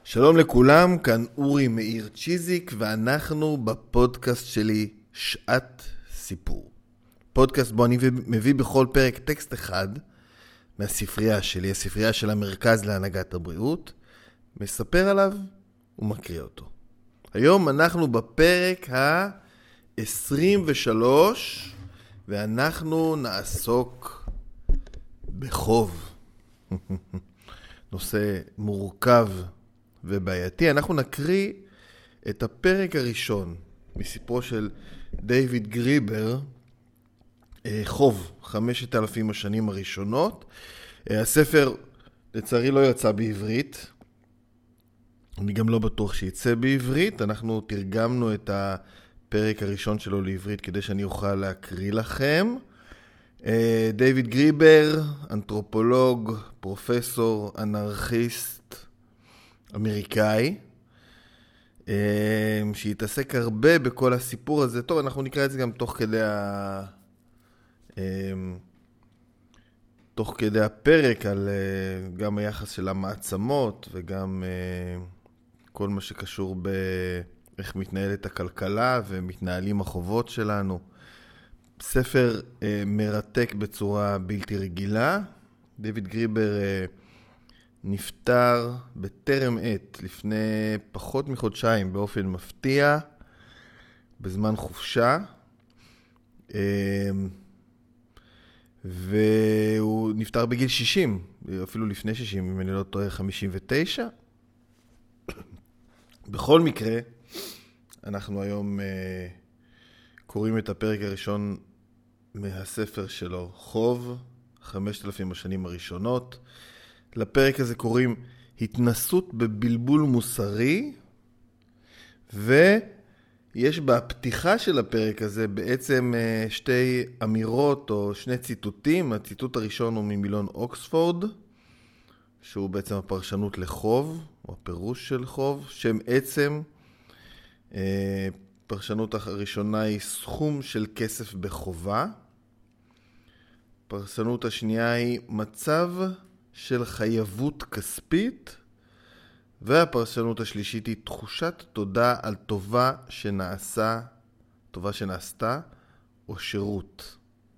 שלום לכולם, כאן אורי מאיר צ'יזיק, ואנחנו בפודקאסט שלי שעת סיפור. פודקאסט בו אני מביא בכל פרק טקסט אחד מהספרייה שלי, הספרייה של המרכז להנהגת הבריאות, מספר עליו ומקריא אותו. היום אנחנו בפרק ה-23, ואנחנו נעסוק בחוב. נושא מורכב ובעייתי. אנחנו נקריא את הפרק הראשון מספרו של דיוויד גריבר, חוב, 5,000 השנים הראשונות. הספר לצערי לא יצא בעברית, אני גם לא בטוח שיצא בעברית. אנחנו תרגמנו את הפרק הראשון שלו לעברית כדי שאני אוכל להקריא לכם. דיוויד גריבר, אנתרופולוג, פרופסור, אנרכיסט, אמריקאי, שהתעסק הרבה בכל הסיפור הזה. טוב, אנחנו נקרא את זה גם תוך כדי הפרק על גם היחס של המעצמות וגם כל מה שקשור באיך מתנהלת הכלכלה ומתנהלים החובות שלנו. ספר מרתק בצורה בלתי רגילה. דיוויד גריבר נפטר בטרם עת, לפני פחות מחודשיים, באופן מפתיע, בזמן חופשה. והוא נפטר בגיל 60, אפילו לפני 60, אם אני לא טועה, 59. בכל מקרה, אנחנו היום קוראים את הפרק הראשון מהספר שלו, חוב, 5,000 השנים הראשונות. לפרק הזה קוראים התנסות בבלבול מוסרי, ויש בפתיחה של הפרק הזה בעצם שתי אמירות או שני ציטוטים. הציטוט הראשון הוא ממילון אוקספורד, שהוא בעצם הפרשנות לחוב, או הפירוש של חוב, שם עצם. פרשנות הראשונה היא סכום של כסף בחובה. פרשנות השנייה היא מצב של חייבות כספית. והפרשנות השלישית היא תחושת תודה על טובה שנעשתה או שירות.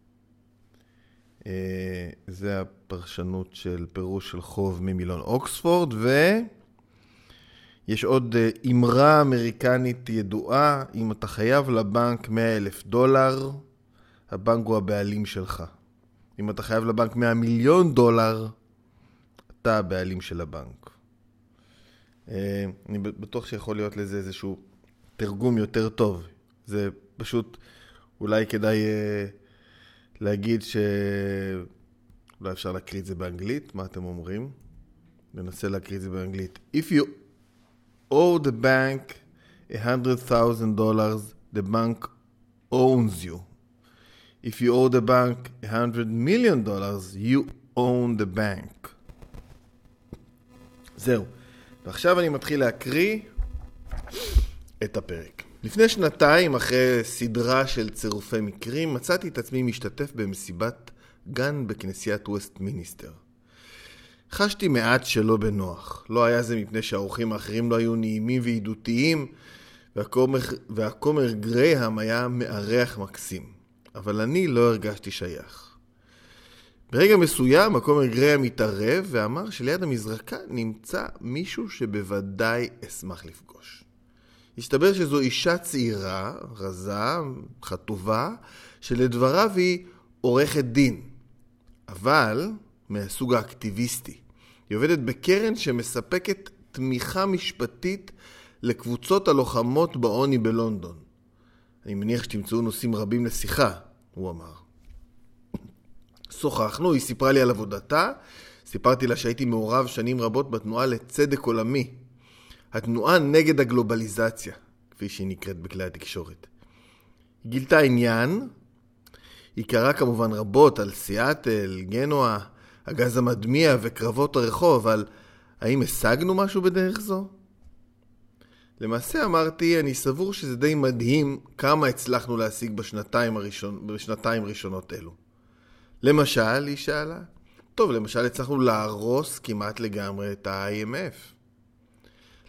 זה הפרשנות של פירוש של חוב ממילון אוקספורד. יש עוד אמרה אמריקנית ידועה: אם אתה חייב לבנק $100,000, הבנק הוא הבעלים שלך. אם אתה חייב לבנק $100 מיליון, אתה הבעלים של הבנק. אני בטוח שיכול להיות לזה איזשהו תרגום יותר טוב. זה פשוט, אולי כדאי להגיד אולי אפשר להקריא את זה באנגלית. מה אתם אומרים? ננסה להקריא את זה באנגלית. If you owe the bank $100,000, the bank owns you. If you owe the bank $100 million, you own the bank. זהו. ועכשיו אני מתחיל להקריא את הפרק. לפני שנתיים, אחרי סדרה של צירופי מקרים, מצאתי את עצמי משתתף במסיבת גן בכנסיית ווסטמיניסטר. חשתי מעט שלא בנוח. לא היה זה מפני שהאורחים האחרים לא היו נעימים וידידותיים, והכומר גרייהם היה מארח מקסים. אבל אני לא הרגשתי שייך. ברגע מסוים, הכומר גרייהם התערב ואמר שליד המזרקה נמצא מישהו שבוודאי אשמח לפגוש. הסתבר שזו אישה צעירה, רזה, חטובה, שלדבריו היא עורכת דין, אבל מהסוג האקטיביסטי. היא עובדת בקרן שמספקת תמיכה משפטית לקבוצות הלוחמות בעוני בלונדון. אני מניח שתמצאו נושאים רבים לשיחה, הוא אמר. שוחחנו, היא סיפרה לי על עבודתה, סיפרתי לה שהייתי מעורב שנים רבות בתנועה לצדק עולמי, התנועה נגד הגלובליזציה, כפי שהיא נקראת בכלי התקשורת. היא גילתה עניין, היא קראה כמובן רבות על סיאטל, גנואה, הגז המדמיע וקרבות הרחוב, אבל האם השגנו משהו בדרך זו? למעשה אמרתי, אני סבור שזה די מדהים כמה הצלחנו להשיג בשנתיים ראשונות אלו. למשל, היא שאלה, טוב, למשל הצלחנו להרוס כמעט לגמרי את ה-IMF.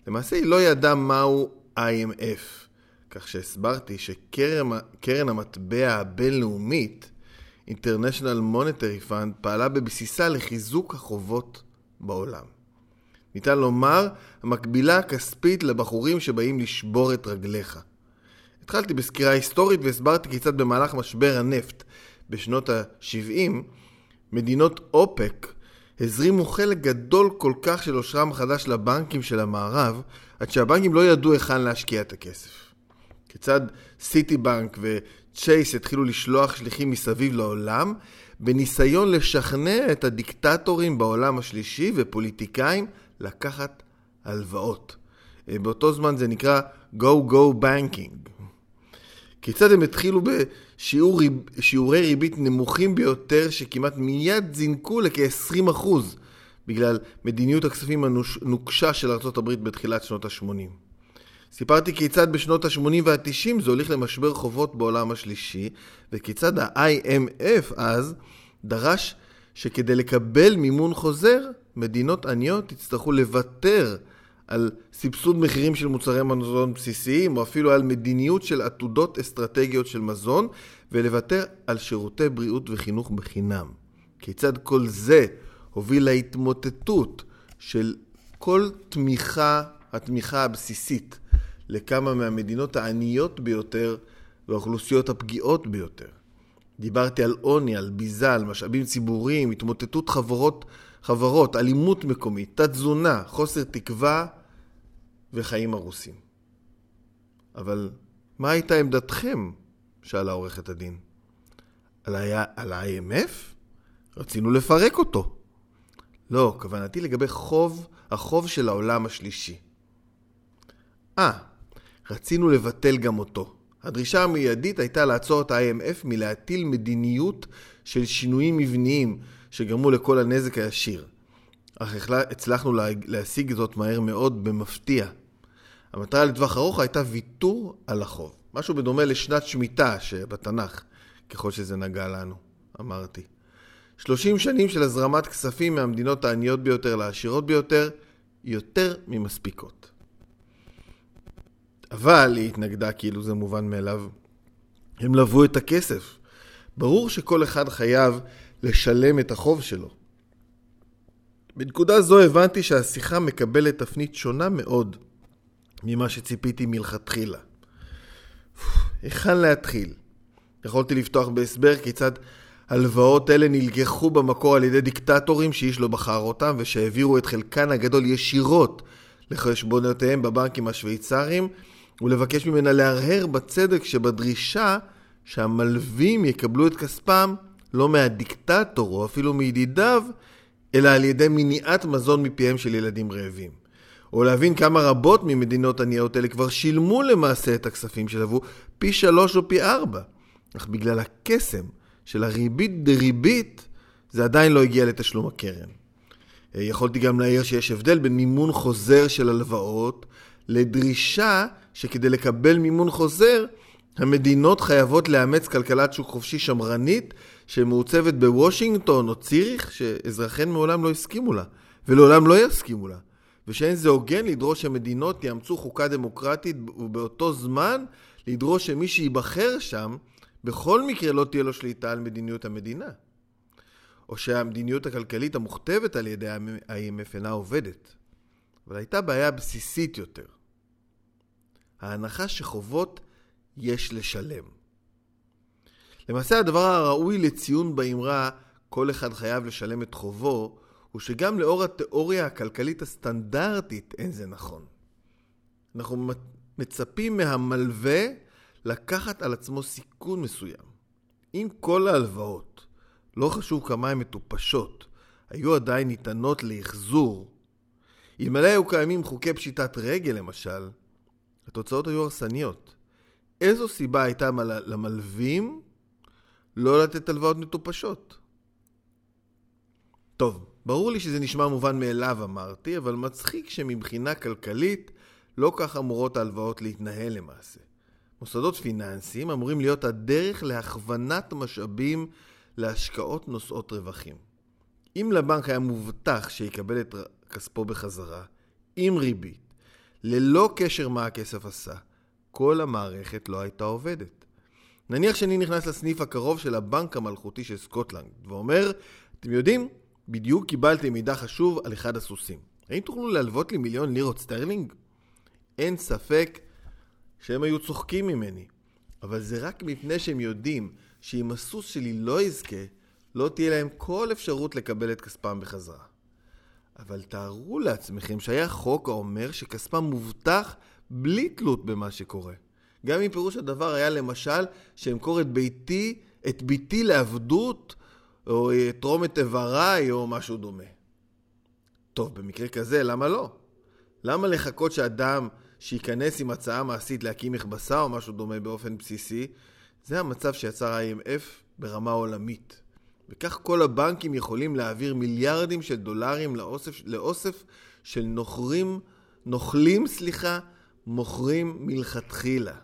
למעשה היא לא ידעה מהו IMF, כך שהסברתי שקרן המטבע הבינלאומית, International Monetary Fund, פעלה בבסיסה לחיזוק החובות בעולם. ניתן לומר, המקבילה הכספית לבחורים שבאים לשבור את רגליך. התחלתי בסקירה היסטורית והסברתי כיצד במהלך משבר הנפט בשנות ה-70, מדינות אופק הזרימו חלק גדול כל כך של עושרם החדש לבנקים של המערב, עד שהבנקים לא ידעו היכן להשקיע את הכסף. כיצד סיטי בנק וצ'ייס התחילו לשלוח שליחים מסביב לעולם, בניסיון לשכנע את הדיקטטורים בעולם השלישי ופוליטיקאים לקחת הלוואות. באותו זמן זה נקרא go banking. כיצד הם התחילו בשיעורי ריבית נמוכים ביותר שכמעט מיד זינקו לכ-20% בגלל מדיניות הכספים הנוקשה של ארצות הברית בתחילת שנות ה-80. סיפרתי כיצד בשנות ה-80 וה-90 זה הוליך למשבר חובות בעולם השלישי, וכיצד ה-IMF אז דרש שכדי לקבל מימון חוזר, מדינות עניות יצטרכו לוותר על סבסוד מחירים של מוצרי מזון בסיסיים, או אפילו על מדיניות של עתודות אסטרטגיות של מזון, ולוותר על שירותי בריאות וחינוך בחינם. כיצד כל זה הוביל להתמוטטות של כל התמיכה הבסיסית לכמה מהמדינות העניות ביותר והאוכלוסיות הפגיעות ביותר. דיברתי על עוני, על ביזה, על משאבים ציבוריים, התמוטטות חברות, אלימות מקומית, תת-תזונה, חוסר תקווה וחיים הרוסים. אבל מה הייתה עמדתכם? שאלה עורכת הדין. על ה-IMF? רצינו לפרק אותו. לא, כוונתי לגבי החוב של העולם השלישי. רצינו לבטל גם אותו. הדרישה המיידית הייתה לעצור את ה-IMF מלהטיל מדיניות של שינויים מבניים שגרמו לכל הנזק הישיר. אך הצלחנו להשיג זאת מהר מאוד במפתיע. המטרה לטווח ארוך הייתה ויתור על החוב. משהו בדומה לשנת שמיטה שבתנ"ך, ככל שזה נגע לנו, אמרתי. 30 שנים של הזרמת כספים מהמדינות העניות ביותר לעשירות ביותר, יותר ממספיקות. אבל היא התנגדה כאילו זה מובן מאליו. הם לבו את הכסף. ברור שכל אחד חייב לשלם את החוב שלו. בנקודה זו הבנתי שהשיחה מקבלת תפנית שונה מאוד ממה שציפיתי מלכתחילה. היכן להתחיל? יכולתי לפתוח בהסבר כיצד הלוואות אלה נלקחו במקור על ידי דיקטטורים שאיש לא בחר אותם ושהעבירו את חלקן הגדול ישירות לחשבונותיהם בבנקים השוויצריים, ולבקש ממנה להרהר בצדק שבדרישה שהמלווים יקבלו את כספם לא מהדיקטטור או אפילו מידידיו, אלא על ידי מניעת מזון מפיהם של ילדים רעבים. או להבין כמה רבות ממדינות עניות אלה כבר שילמו למעשה את הכספים שלבו פי 3 או פי 4. אך בגלל הקסם של הריבית דריבית, זה עדיין לא הגיע לתשלום הקרן. יכולתי גם להעיר שיש הבדל בין מימון חוזר של הלוואות לדרישה שכדי לקבל מימון חוזר, המדינות חייבות לאמץ כלכלת שוק חופשי שמרנית שמעוצבת בוושינגטון או ציריך, שאזרחיהן מעולם לא הסכימו לה, ולעולם לא יסכימו לה. ושאין זה הוגן לדרוש שהמדינות יאמצו חוקה דמוקרטית, ובאותו זמן לדרוש שמי שיבחר שם, בכל מקרה לא תהיה לו שליטה על מדיניות המדינה. או שהמדיניות הכלכלית המוכתבת על ידי ה-IMF אינה עובדת. אבל הייתה בעיה בסיסית יותר. ההנחה שחובות יש לשלם. למעשה הדבר הראוי לציון באמרה כל אחד חייב לשלם את חובו, הוא שגם לאור התיאוריה הכלכלית הסטנדרטית אין זה נכון. אנחנו מצפים מהמלווה לקחת על עצמו סיכון מסוים. אם כל ההלוואות, לא חשוב כמה הן מטופשות, היו עדיין ניתנות להחזור, אלמלא היו קיימים חוקי פשיטת רגל למשל, התוצאות היו הרסניות. איזו סיבה הייתה למלווים לא לתת הלוואות מטופשות? טוב, ברור לי שזה נשמע מובן מאליו אמרתי, אבל מצחיק שמבחינה כלכלית לא כך אמורות ההלוואות להתנהל למעשה. מוסדות פיננסיים אמורים להיות הדרך להכוונת משאבים להשקעות נושאות רווחים. אם לבנק היה מובטח שיקבל את כספו בחזרה, עם ריבית, ללא קשר מה הכסף עשה, כל המערכת לא הייתה עובדת. נניח שאני נכנס לסניף הקרוב של הבנק המלכותי של סקוטלנד, ואומר, אתם יודעים, בדיוק קיבלתי מידע חשוב על אחד הסוסים. האם תוכלו להלוות לי 1,000,000 לירות סטרלינג? אין ספק שהם היו צוחקים ממני, אבל זה רק מפני שהם יודעים שאם הסוס שלי לא יזכה, לא תהיה להם כל אפשרות לקבל את כספם בחזרה. אבל תארו לעצמכם שהיה חוק האומר שכספם מובטח בלי תלות במה שקורה. גם אם פירוש הדבר היה למשל שאמכור את ביתי לעבדות, או יתרום את איבריי או משהו דומה. טוב, במקרה כזה, למה לא? למה לחכות שאדם שייכנס עם הצעה מעשית להקים מכבסה או משהו דומה באופן בסיסי? זה המצב שיצר ה-IMF ברמה עולמית. וכך כל הבנקים יכולים להעביר מיליארדים של דולרים לאוסף של מוכרים מלכתחילה.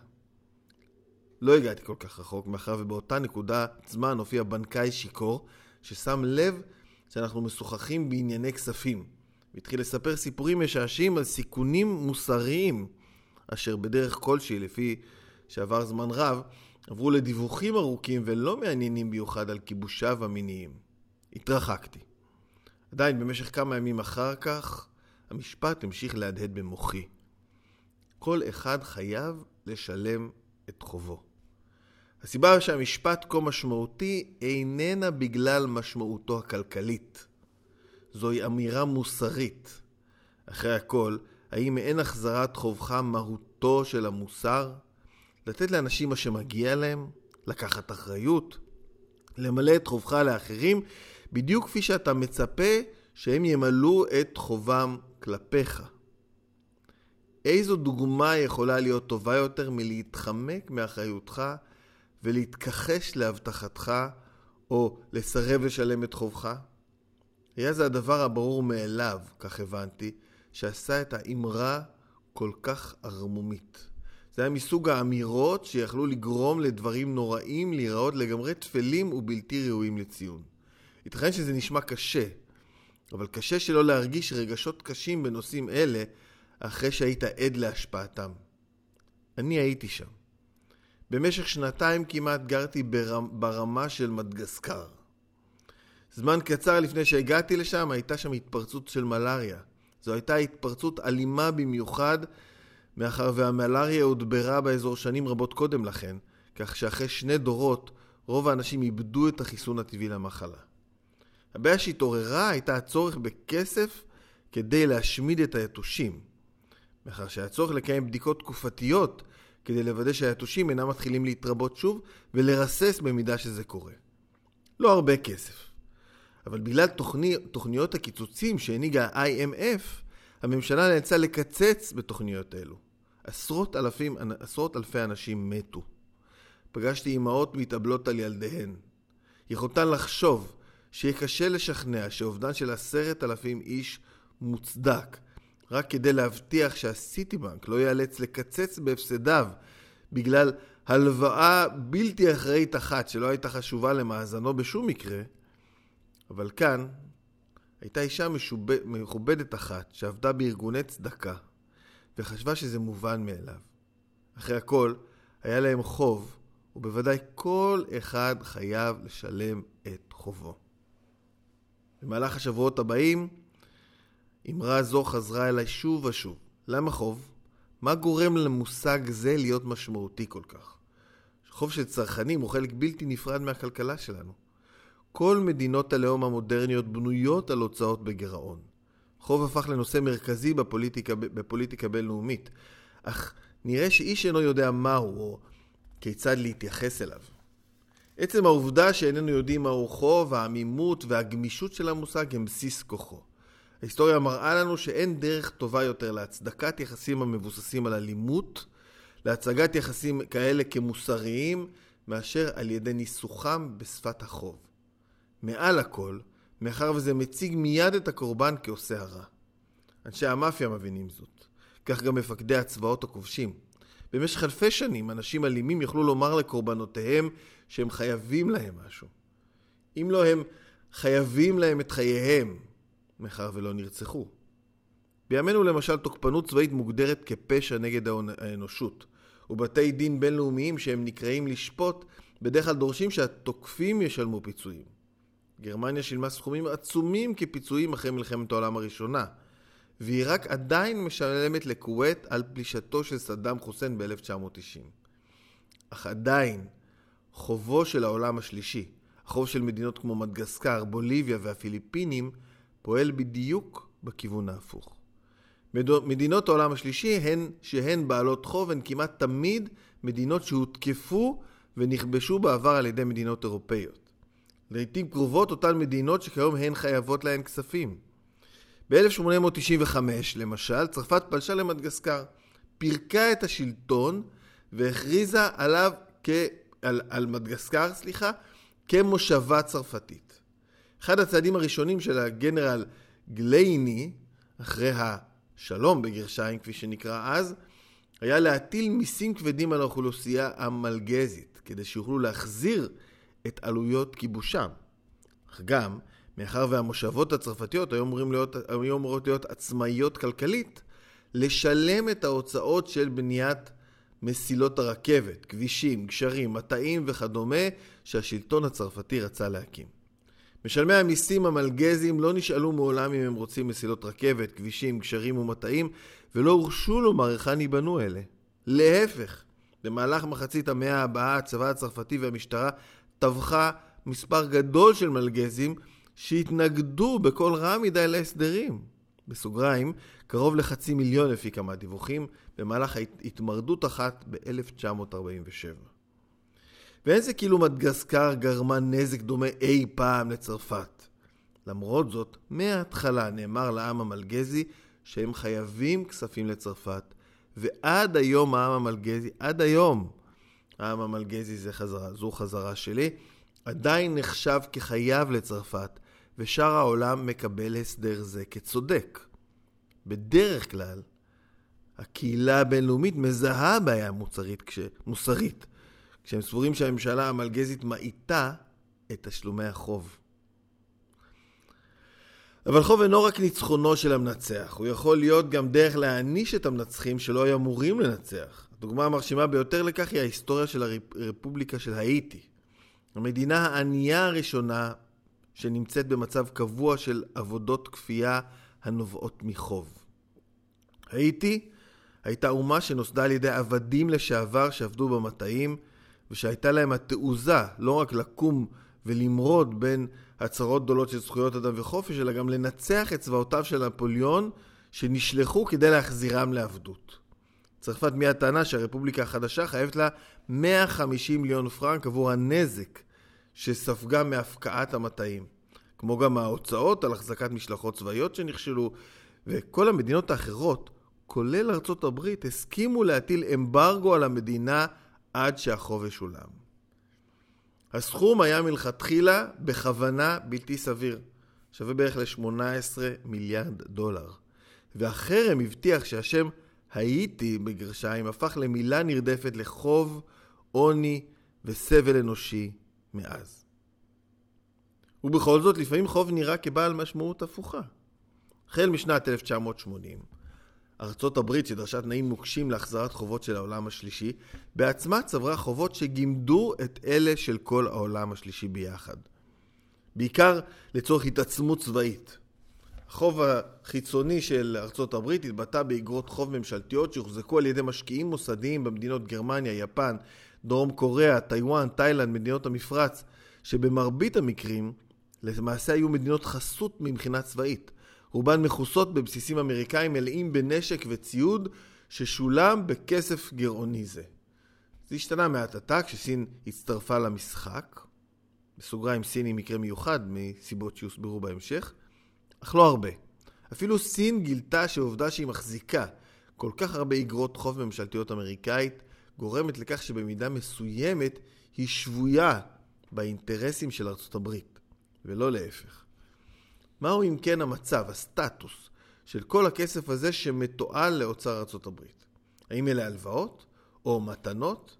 לא הגעתי כל כך רחוק, מאחר ובאותה נקודה זמן הופיע בנקאי שיקור, ששם לב שאנחנו משוחחים בענייני כספים, והתחיל לספר סיפורים משעשעים על סיכונים מוסריים, אשר בדרך כלשהי, לפי שעבר זמן רב, עברו לדיווחים ארוכים ולא מעניינים ביוחד על כיבושיו המיניים. התרחקתי. עדיין במשך כמה ימים אחר כך, המשפט המשיך להדהד במוחי. כל אחד חייב לשלם את חובו. הסיבה שהמשפט כה משמעותי איננה בגלל משמעותו הכלכלית. זוהי אמירה מוסרית. אחרי הכל, האם אין החזרת חובך מהותו של המוסר? לתת לאנשים מה שמגיע להם? לקחת אחריות? למלא את חובך לאחרים בדיוק כפי שאתה מצפה שהם ימלאו את חובם כלפיך. איזו דוגמה יכולה להיות טובה יותר מלהתחמק מאחריותך ולהתכחש להבטחתך או לסרב לשלם את חובך? היה זה הדבר הברור מאליו, כך הבנתי, שעשה את האמרה כל כך ערמומית. זה היה מסוג האמירות שיכלו לגרום לדברים נוראים להיראות לגמרי תפלים ובלתי ראויים לציון. ייתכן שזה נשמע קשה, אבל קשה שלא להרגיש רגשות קשים בנושאים אלה אחרי שהיית עד להשפעתם. אני הייתי שם. במשך 2 כמעט גרתי ברמה של מדגסקר. זמן קצר לפני שהגעתי לשם הייתה שם התפרצות של מלריה. זו הייתה התפרצות אלימה במיוחד, מאחר והמלריה הודברה באזור שנים רבות קודם לכן, כך שאחרי 2 דורות רוב האנשים איבדו את החיסון הטבעי למחלה. הבעיה שהתעוררה הייתה הצורך בכסף כדי להשמיד את היתושים, מאחר שהצורך לקיים בדיקות תקופתיות כדי לוודא שהיתושים אינם מתחילים להתרבות שוב ולרסס במידה שזה קורה. לא הרבה כסף. אבל בגלל תוכניות הקיצוצים שהנהיגה ה-IMF, הממשלה נאלצה לקצץ בתוכניות אלו. עשרות אלפי אנשים מתו. פגשתי אמהות מתאבלות על ילדיהן. יכולתן לחשוב שיהיה קשה לשכנע שאובדן של 10,000 איש מוצדק, רק כדי להבטיח שהסיטיבנק לא ייאלץ לקצץ בהפסדיו בגלל הלוואה בלתי אחראית אחת שלא הייתה חשובה למאזנו בשום מקרה. אבל כאן הייתה אישה מכובדת אחת שעבדה בארגוני צדקה וחשבה שזה מובן מאליו. אחרי הכל היה להם חוב, ובוודאי כל אחד חייב לשלם את חובו. במהלך השבועות הבאים אמרה זו חזרה אליי שוב ושוב. למה חוב? מה גורם למושג זה להיות משמעותי כל כך? חוב של צרכנים הוא חלק בלתי נפרד מהכלכלה שלנו. כל מדינות הלאום המודרניות בנויות על הוצאות בגירעון. חוב הפך לנושא מרכזי בפוליטיקה בינלאומית, אך נראה שאיש אינו יודע מהו או כיצד להתייחס אליו. עצם העובדה שאיננו יודעים מהו חוב, העמימות והגמישות של המושג הם בסיס כוחו. ההיסטוריה מראה לנו שאין דרך טובה יותר להצדקת יחסים המבוססים על אלימות, להצגת יחסים כאלה כמוסריים, מאשר על ידי ניסוחם בשפת החוב. מעל הכל, מאחר וזה מציג מיד את הקורבן כעושה הרע. אנשי המאפיה מבינים זאת. כך גם מפקדי הצבאות הכובשים. במשך אלפי שנים, אנשים אלימים יכלו לומר לקורבנותיהם שהם חייבים להם משהו. אם לא, הם חייבים להם את חייהם, מאחר ולא נרצחו. בימינו למשל תוקפנות צבאית מוגדרת כפשע נגד האנושות, ובתי דין בינלאומיים שהם נקראים לשפוט בדרך כלל דורשים שהתוקפים ישלמו פיצויים. גרמניה שילמה סכומים עצומים כפיצויים אחרי מלחמת העולם הראשונה, והיא רק עדיין משלמת לכווית על פלישתו של סדאם חוסיין ב-1990. אך עדיין חובו של העולם השלישי, החוב של מדינות כמו מדגסקר, בוליביה והפיליפינים, פועל בדיוק בכיוון ההפוך. מדינות העולם השלישי שהן בעלות חוב הן כמעט תמיד מדינות שהותקפו ונכבשו בעבר על ידי מדינות אירופאיות. לעתים קרובות אותן מדינות שכיום הן חייבות להן כספים. ב-1895 למשל צרפת פלשה למדגסקר, פירקה את השלטון והכריזה על מדגסקר כמושבה צרפתית. אחד הצעדים הראשונים של הגנרל גלייני, אחרי השלום בגרשיים כפי שנקרא אז, היה להטיל מיסים כבדים על האוכלוסייה המלגזית, כדי שיוכלו להחזיר את עלויות כיבושם. אך גם, מאחר והמושבות הצרפתיות היו אמורות להיות עצמאיות כלכלית, לשלם את ההוצאות של בניית מסילות הרכבת, כבישים, גשרים, מטעים וכדומה שהשלטון הצרפתי רצה להקים. משלמי המיסים המלגזים לא נשאלו מעולם אם הם רוצים מסילות רכבת, כבישים, גשרים ומטעים, ולא הורשו לומר היכן ייבנו אלה. להפך, במהלך מחצית המאה הבאה הצבא הצרפתי והמשטרה טבחה מספר גדול של מלגזים שהתנגדו בכל רע מדי להסדרים. בסוגריים, קרוב ל500,000 לפי כמה דיווחים, במהלך התמרדות אחת ב-1947. ואין זה כאילו מדגסקר גרמה נזק דומה אי פעם לצרפת. למרות זאת, מההתחלה נאמר לעם המלגזי שהם חייבים כספים לצרפת, ועד היום העם המלגזי זו חזרה שלי, עדיין נחשב כחייב לצרפת, ושאר העולם מקבל הסדר זה כצודק. בדרך כלל, הקהילה הבינלאומית מזהה בעיה מוסרית, כשהם סבורים שהממשלה המלגזית מאיתה את תשלומי החוב. אבל חוב אינו רק ניצחונו של המנצח, הוא יכול להיות גם דרך להעניש את המנצחים שלא היו אמורים לנצח. הדוגמה המרשימה ביותר לכך היא ההיסטוריה של הרפובליקה של האיטי. המדינה הענייה הראשונה שנמצאת במצב קבוע של עבודות כפייה הנובעות מחוב. האיטי הייתה אומה שנוסדה על ידי עבדים לשעבר שעבדו במטעים, ושהייתה להם התעוזה לא רק לקום ולמרוד בין הצהרות גדולות של זכויות אדם וחופש, אלא גם לנצח את צבאותיו של נפוליאון שנשלחו כדי להחזירם לעבדות. צרפת מיד טענה שהרפובליקה החדשה חייבת לה 150 מיליון פרנק עבור הנזק שספגה מהפקעת המטעים, כמו גם ההוצאות על החזקת משלחות צבאיות שנכשלו, וכל המדינות האחרות, כולל ארצות הברית, הסכימו להטיל אמברגו על המדינה עד שהחוב ישולם. הסכום היה מלכתחילה בכוונה בלתי סביר, שווה בערך ל$18 מיליארד, והחרם הבטיח שהשם האיטי בגרשיים הפך למילה נרדפת לחוב, עוני וסבל אנושי מאז. ובכל זאת לפעמים חוב נראה כבעל משמעות הפוכה. החל משנת 1980, ארצות הברית שדרשה תנאים נוקשים להחזרת חובות של העולם השלישי, בעצמה צברה חובות שגימדו את אלה של כל העולם השלישי ביחד. בעיקר לצורך התעצמות צבאית. החוב החיצוני של ארצות הברית התבטא באגרות חוב ממשלתיות שהוחזקו על ידי משקיעים מוסדיים במדינות גרמניה, יפן, דרום קוריאה, טיואן, תאילנד, מדינות המפרץ, שבמרבית המקרים למעשה היו מדינות חסות מבחינה צבאית. רובן מחוסות בבסיסים אמריקאים מלאים בנשק וציוד ששולם בכסף גרעוני זה. זה השתנה מעט עתה כשסין הצטרפה למשחק. בסוגריים סין היא מקרה מיוחד מסיבות שיוסברו בהמשך, אך לא הרבה. אפילו סין גילתה שהעובדה שהיא מחזיקה כל כך הרבה אגרות חוב ממשלתיות אמריקאית גורמת לכך שבמידה מסוימת היא שבויה באינטרסים של ארצות הברית, ולא להפך. מהו אם כן המצב, הסטטוס של כל הכסף הזה שמתועל לאוצר ארצות הברית? האם אלה הלוואות או מתנות?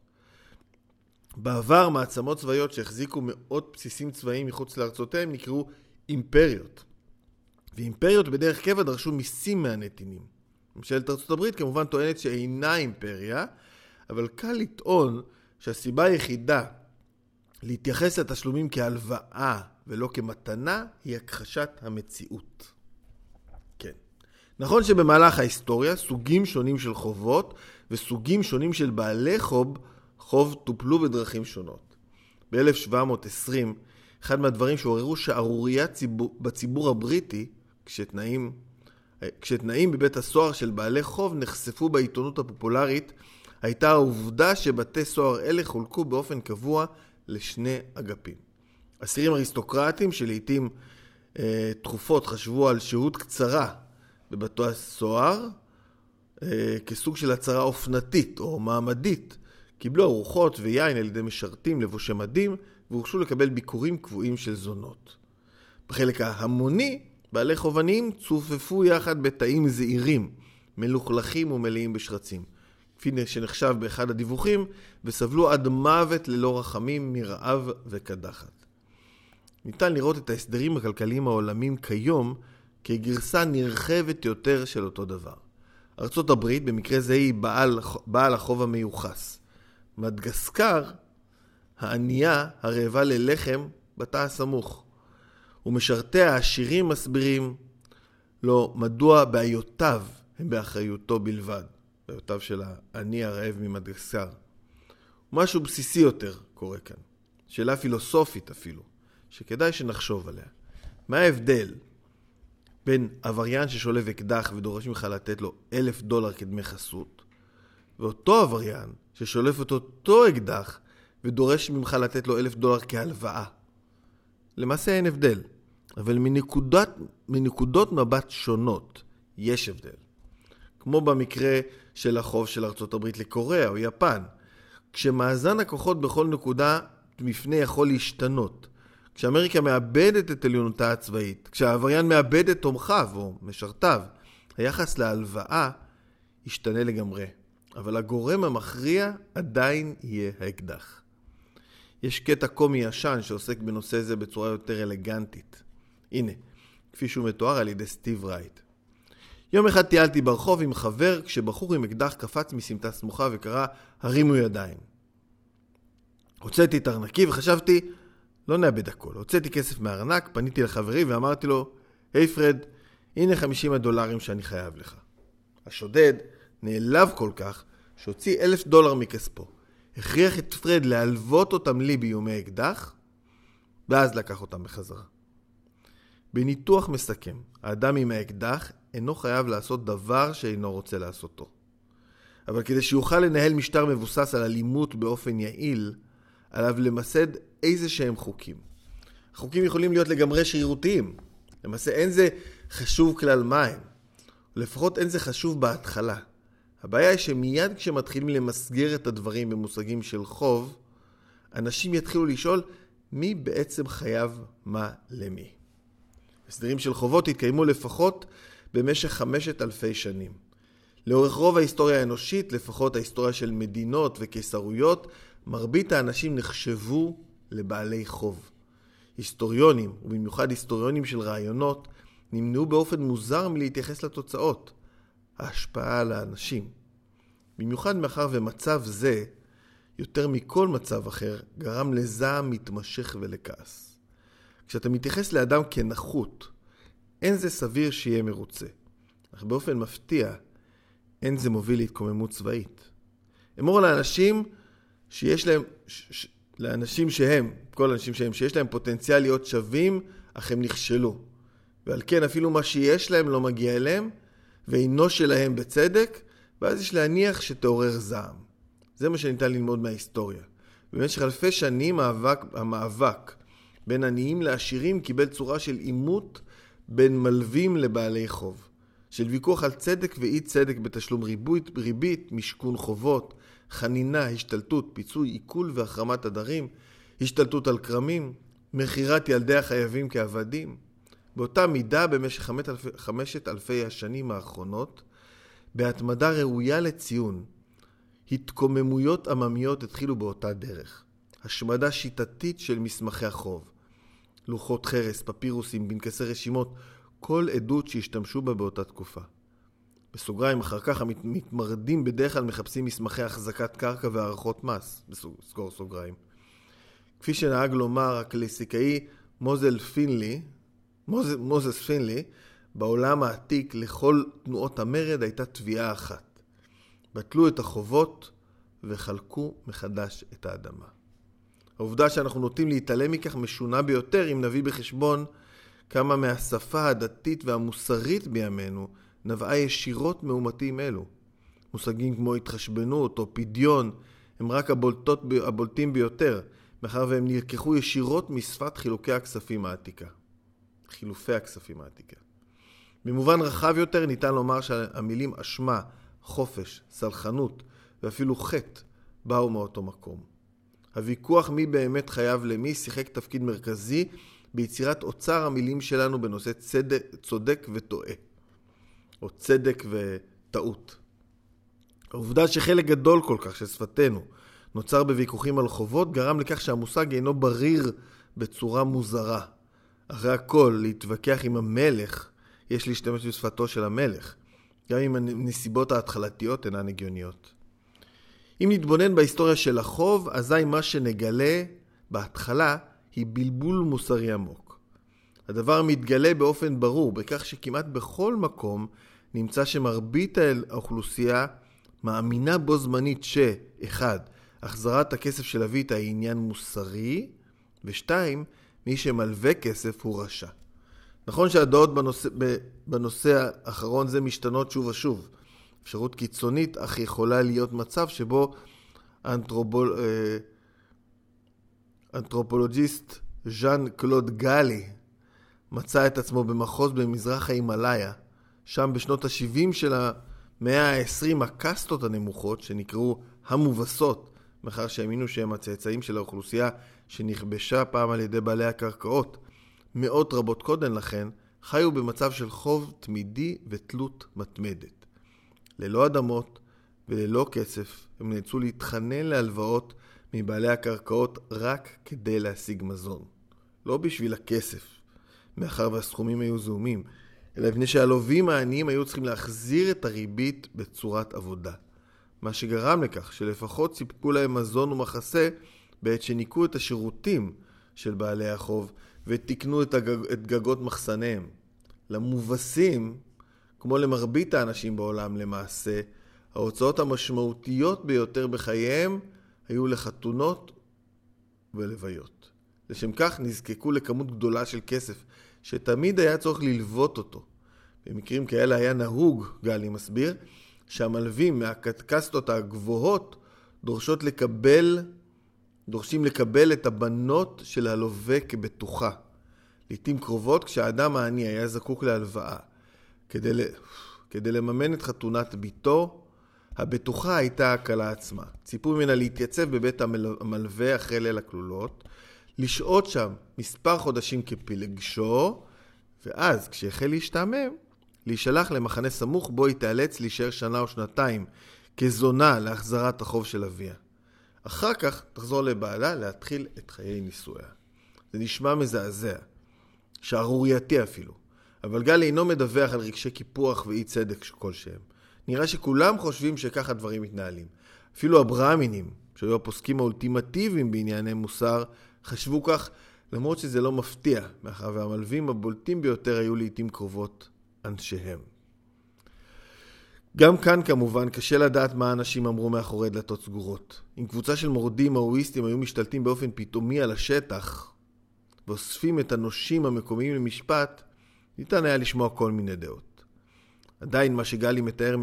בעבר מעצמות צבאיות שהחזיקו מאות בסיסים צבאיים מחוץ לארצותיהם נקראו אימפריות. ואימפריות בדרך קבע דרשו מיסים מהנתינים. ממשלת ארצות הברית כמובן טוענת שאינה אימפריה, אבל קל לטעון שהסיבה היחידה להתייחס לתשלומים כהלוואה ולא כמתנה היא הכחשת המציאות. כן. נכון שבמהלך ההיסטוריה סוגים שונים של חובות וסוגים שונים של בעלי חוב טופלו בדרכים שונות. ב-1720, אחד מהדברים שעוררו שערורייה בציבור הבריטי, כשתנאים בבית הסוהר של בעלי חוב נחשפו בעיתונות הפופולרית, הייתה העובדה שבתי סוהר אלה חולקו באופן קבוע לשני אגפים. אסירים אריסטוקרטים שלעיתים תכופות חשבו על שהות קצרה בבתי הסוהר, כסוג של הצהרה אופנתית או מעמדית, קיבלו ארוחות ויין על ידי משרתים לבושי מדים והורשו לקבל ביקורים קבועים של זונות. בחלק ההמוני, בעלי חובנים צופפו יחד בתאים זעירים, מלוכלכים ומלאים בשרצים, כפי שנחשב באחד הדיווחים, וסבלו עד מוות ללא רחמים מרעב וקדחת. ניתן לראות את ההסדרים הכלכליים העולמיים כיום כגרסה נרחבת יותר של אותו דבר. ארצות הברית במקרה זה היא בעל החוב המיוחס. מדגסקר, הענייה הרעבה ללחם בתא הסמוך. ומשרתי העשירים מסבירים לו מדוע בעיותיו הם באחריותו בלבד. בעיותיו של העני הרעב ממדגסקר. משהו בסיסי יותר קורה כאן. שאלה פילוסופית אפילו, שכדאי שנחשוב עליה. מה ההבדל בין עבריין ששולף אקדח ודורש ממך לתת לו $1,000 כדמי חסות, ואותו עבריין ששולף את אותו אקדח ודורש ממך לתת לו $1,000 כהלוואה? למעשה אין הבדל, אבל מנקודות מבט שונות יש הבדל. כמו במקרה של החוב של ארצות הברית לקוריאה או יפן, כשמאזן הכוחות בכל נקודה מפנה יכול להשתנות. כשאמריקה מאבדת את עליונותה הצבאית, כשהעבריין מאבד את תומכיו או משרתיו, היחס להלוואה ישתנה לגמרי. אבל הגורם המכריע עדיין יהיה האקדח. יש קטע קומי ישן שעוסק בנושא זה בצורה יותר אלגנטית. הנה, כפי שהוא מתואר על ידי סטיב רייט. יום אחד טיילתי ברחוב עם חבר כשבחור עם אקדח קפץ מסמטה סמוכה וקרא הרימו ידיים. הוצאתי את ארנקי וחשבתי, לא נאבד הכל. הוצאתי כסף מהארנק, פניתי לחברי ואמרתי לו, היי פרד, הנה $50 שאני חייב לך. השודד נעלב כל כך שהוציא $1,000 מכספו. הכריח את פרד להלוות אותם לי ביומי אקדח, ואז לקח אותם בחזרה. בניתוח מסכם, האדם עם האקדח אינו חייב לעשות דבר שאינו רוצה לעשותו. אבל כדי שיוכל לנהל משטר מבוסס על אלימות באופן יעיל, עליו למסד איזה שהם חוקים. החוקים יכולים להיות לגמרי שרירותיים. למעשה אין זה חשוב כלל מים. לפחות אין זה חשוב בהתחלה. הבעיה היא שמיד כשמתחילים למסגר את הדברים במושגים של חוב, אנשים יתחילו לשאול מי בעצם חייב מה למי. הסדרים של חובות התקיימו לפחות במשך 5,000 שנים. לאורך רוב ההיסטוריה האנושית, לפחות ההיסטוריה של מדינות וקיסרויות, מרבית האנשים נחשבו לבעלי חוב. היסטוריונים, ובמיוחד היסטוריונים של רעיונות, נמנעו באופן מוזר מלהתייחס לתוצאות, ההשפעה על האנשים. במיוחד מאחר ומצב זה, יותר מכל מצב אחר, גרם לזעם מתמשך ולכעס. כשאתה מתייחס לאדם כנחות, אין זה סביר שיהיה מרוצה. אך באופן מפתיע, אין זה מוביל להתקוממות צבאית. אמור לאנשים שיש להם, לאנשים שהם, כל האנשים שהם, שיש להם פוטנציאל להיות שווים, אך הם נכשלו. ועל כן אפילו מה שיש להם לא מגיע אליהם, ואינו שלהם בצדק, ואז יש להניח שתעורר זעם. זה מה שניתן ללמוד מההיסטוריה. במשך אלפי שנים המאבק בין עניים לעשירים קיבל צורה של עימות בין מלווים לבעלי חוב. של ויכוח על צדק ואי צדק בתשלום ריבית, משכון חובות, חנינה, השתלטות, פיצוי, עיכול והחרמת הדרים, השתלטות על קרמים, מחירת ילדי החייבים כעבדים. באותה מידה במשך 5,000 השנים האחרונות, בהתמדה ראויה לציון, התקוממויות עממיות התחילו באותה דרך. השמדה שיטתית של מסמכי החוב, לוחות חרס, פפירוסים, בנקסי רשימות, כל עדות שהשתמשו בה באותה תקופה. בסוגריים, אחר כך המתמרדים בדרך כלל מחפשים מסמכי החזקת קרקע והערכות מס, בסגור סוגריים. כפי שנהג לומר הקלאסיקאי מוזס פינלי, בעולם העתיק לכל תנועות המרד הייתה תביעה אחת. בטלו את החובות וחלקו מחדש את האדמה. העובדה שאנחנו נוטים להתעלם מכך משונה ביותר אם נביא בחשבון כמה מהשפה הדתית והמוסרית בימינו נבעה ישירות מאומתים אלו. מושגים כמו התחשבנות או פדיון הם רק הבולטים ביותר, מאחר והם נלקחו ישירות משפת חילופי הכספים העתיקה. במובן רחב יותר ניתן לומר שהמילים אשמה, חופש, סלחנות ואפילו חטא באו מאותו מקום. הוויכוח מי באמת חייב למי שיחק תפקיד מרכזי ביצירת אוצר המילים שלנו בנושא צודק וטועה, או צדק וטעות. העובדה שחלק גדול כל כך של שפתנו נוצר בוויכוחים על חובות גרם לכך שהמושג אינו בריר בצורה מוזרה. אחרי הכל, להתווכח עם המלך, יש להשתמש בשפתו של המלך, גם אם הנסיבות ההתחלתיות אינן הגיוניות. אם נתבונן בהיסטוריה של החוב, אזי מה שנגלה בהתחלה היא בלבול מוסרי עמוק. הדבר מתגלה באופן ברור בכך שכמעט בכל מקום נמצא שמרבית האוכלוסייה מאמינה בו זמנית שאחד, החזרת הכסף של אבית היא עניין מוסרי, ושתיים, מי שמלווה כסף הוא רשע. נכון שהדעות בנושא האחרון זה משתנות שוב ושוב. אפשרות קיצונית, אך יכולה להיות מצב שבו אנתרופולוגיסט ז'אן קלוד גלי מצא את עצמו במחוז במזרח ההימאליה, שם בשנות ה-70 של המאה ה-20 הקסטות הנמוכות שנקראו המובסות, מאחר שהאמינו שהם הצאצאים של האוכלוסייה שנכבשה פעם על ידי בעלי הקרקעות, מאות רבות קודם לכן חיו במצב של חוב תמידי ותלות מתמדת. ללא אדמות וללא כסף הם נאלצו להתחנן להלוואות מבעלי הקרקעות רק כדי להשיג מזון. לא בשביל הכסף, מאחר והסכומים היו זעומים, אלא מפני שהלווים העניים היו צריכים להחזיר את הריבית בצורת עבודה. מה שגרם לכך שלפחות סיפקו להם מזון ומחסה בעת שניקו את השירותים של בעלי החוב ותקנו את גגות מחסניהם. למובסים, כמו למרבית האנשים בעולם למעשה, ההוצאות המשמעותיות ביותר בחייהם היו לחתונות ולוויות. לשם כך נזקקו לכמות גדולה של כסף, שתמיד היה צורך ללוות אותו. במקרים כאלה היה נהוג, גלי מסביר, שהמלווים מהקסטות הגבוהות דורשים לקבל את הבנות של הלווה כבטוחה. לעתים קרובות כשהאדם העני היה זקוק להלוואה, כדי לממן את חתונת ביתו, הבטוחה הייתה הקלה עצמה. ציפו ממנה להתייצב בבית המלווה אחרי ליל הכלולות, לשהות שם מספר חודשים כפילגשו, ואז כשהחל להשתעמם, להישלח למחנה סמוך בו היא תיאלץ להישאר שנה או שנתיים כזונה להחזרת החוב של אביה. אחר כך תחזור לבעלה להתחיל את חיי נישואיה. זה נשמע מזעזע, שערורייתי אפילו, אבל גלי אינו מדווח על רגשי קיפוח ואי צדק כלשהם. נראה שכולם חושבים שככה דברים מתנהלים. אפילו הברהמינים, שהיו הפוסקים האולטימטיביים בענייני מוסר, חשבו כך, למרות שזה לא מפתיע, מאחר והמלווים הבולטים ביותר היו לעתים קרובות אנשיהם. גם כאן כמובן קשה לדעת מה אנשים אמרו מאחורי דלתות סגורות. אם קבוצה של מורדים מאואיסטים היו משתלטים באופן פתאומי על השטח ואוספים את הנושים המקומיים למשפט, ניתן היה לשמוע כל מיני דעות. עדיין מה שגלי מתאר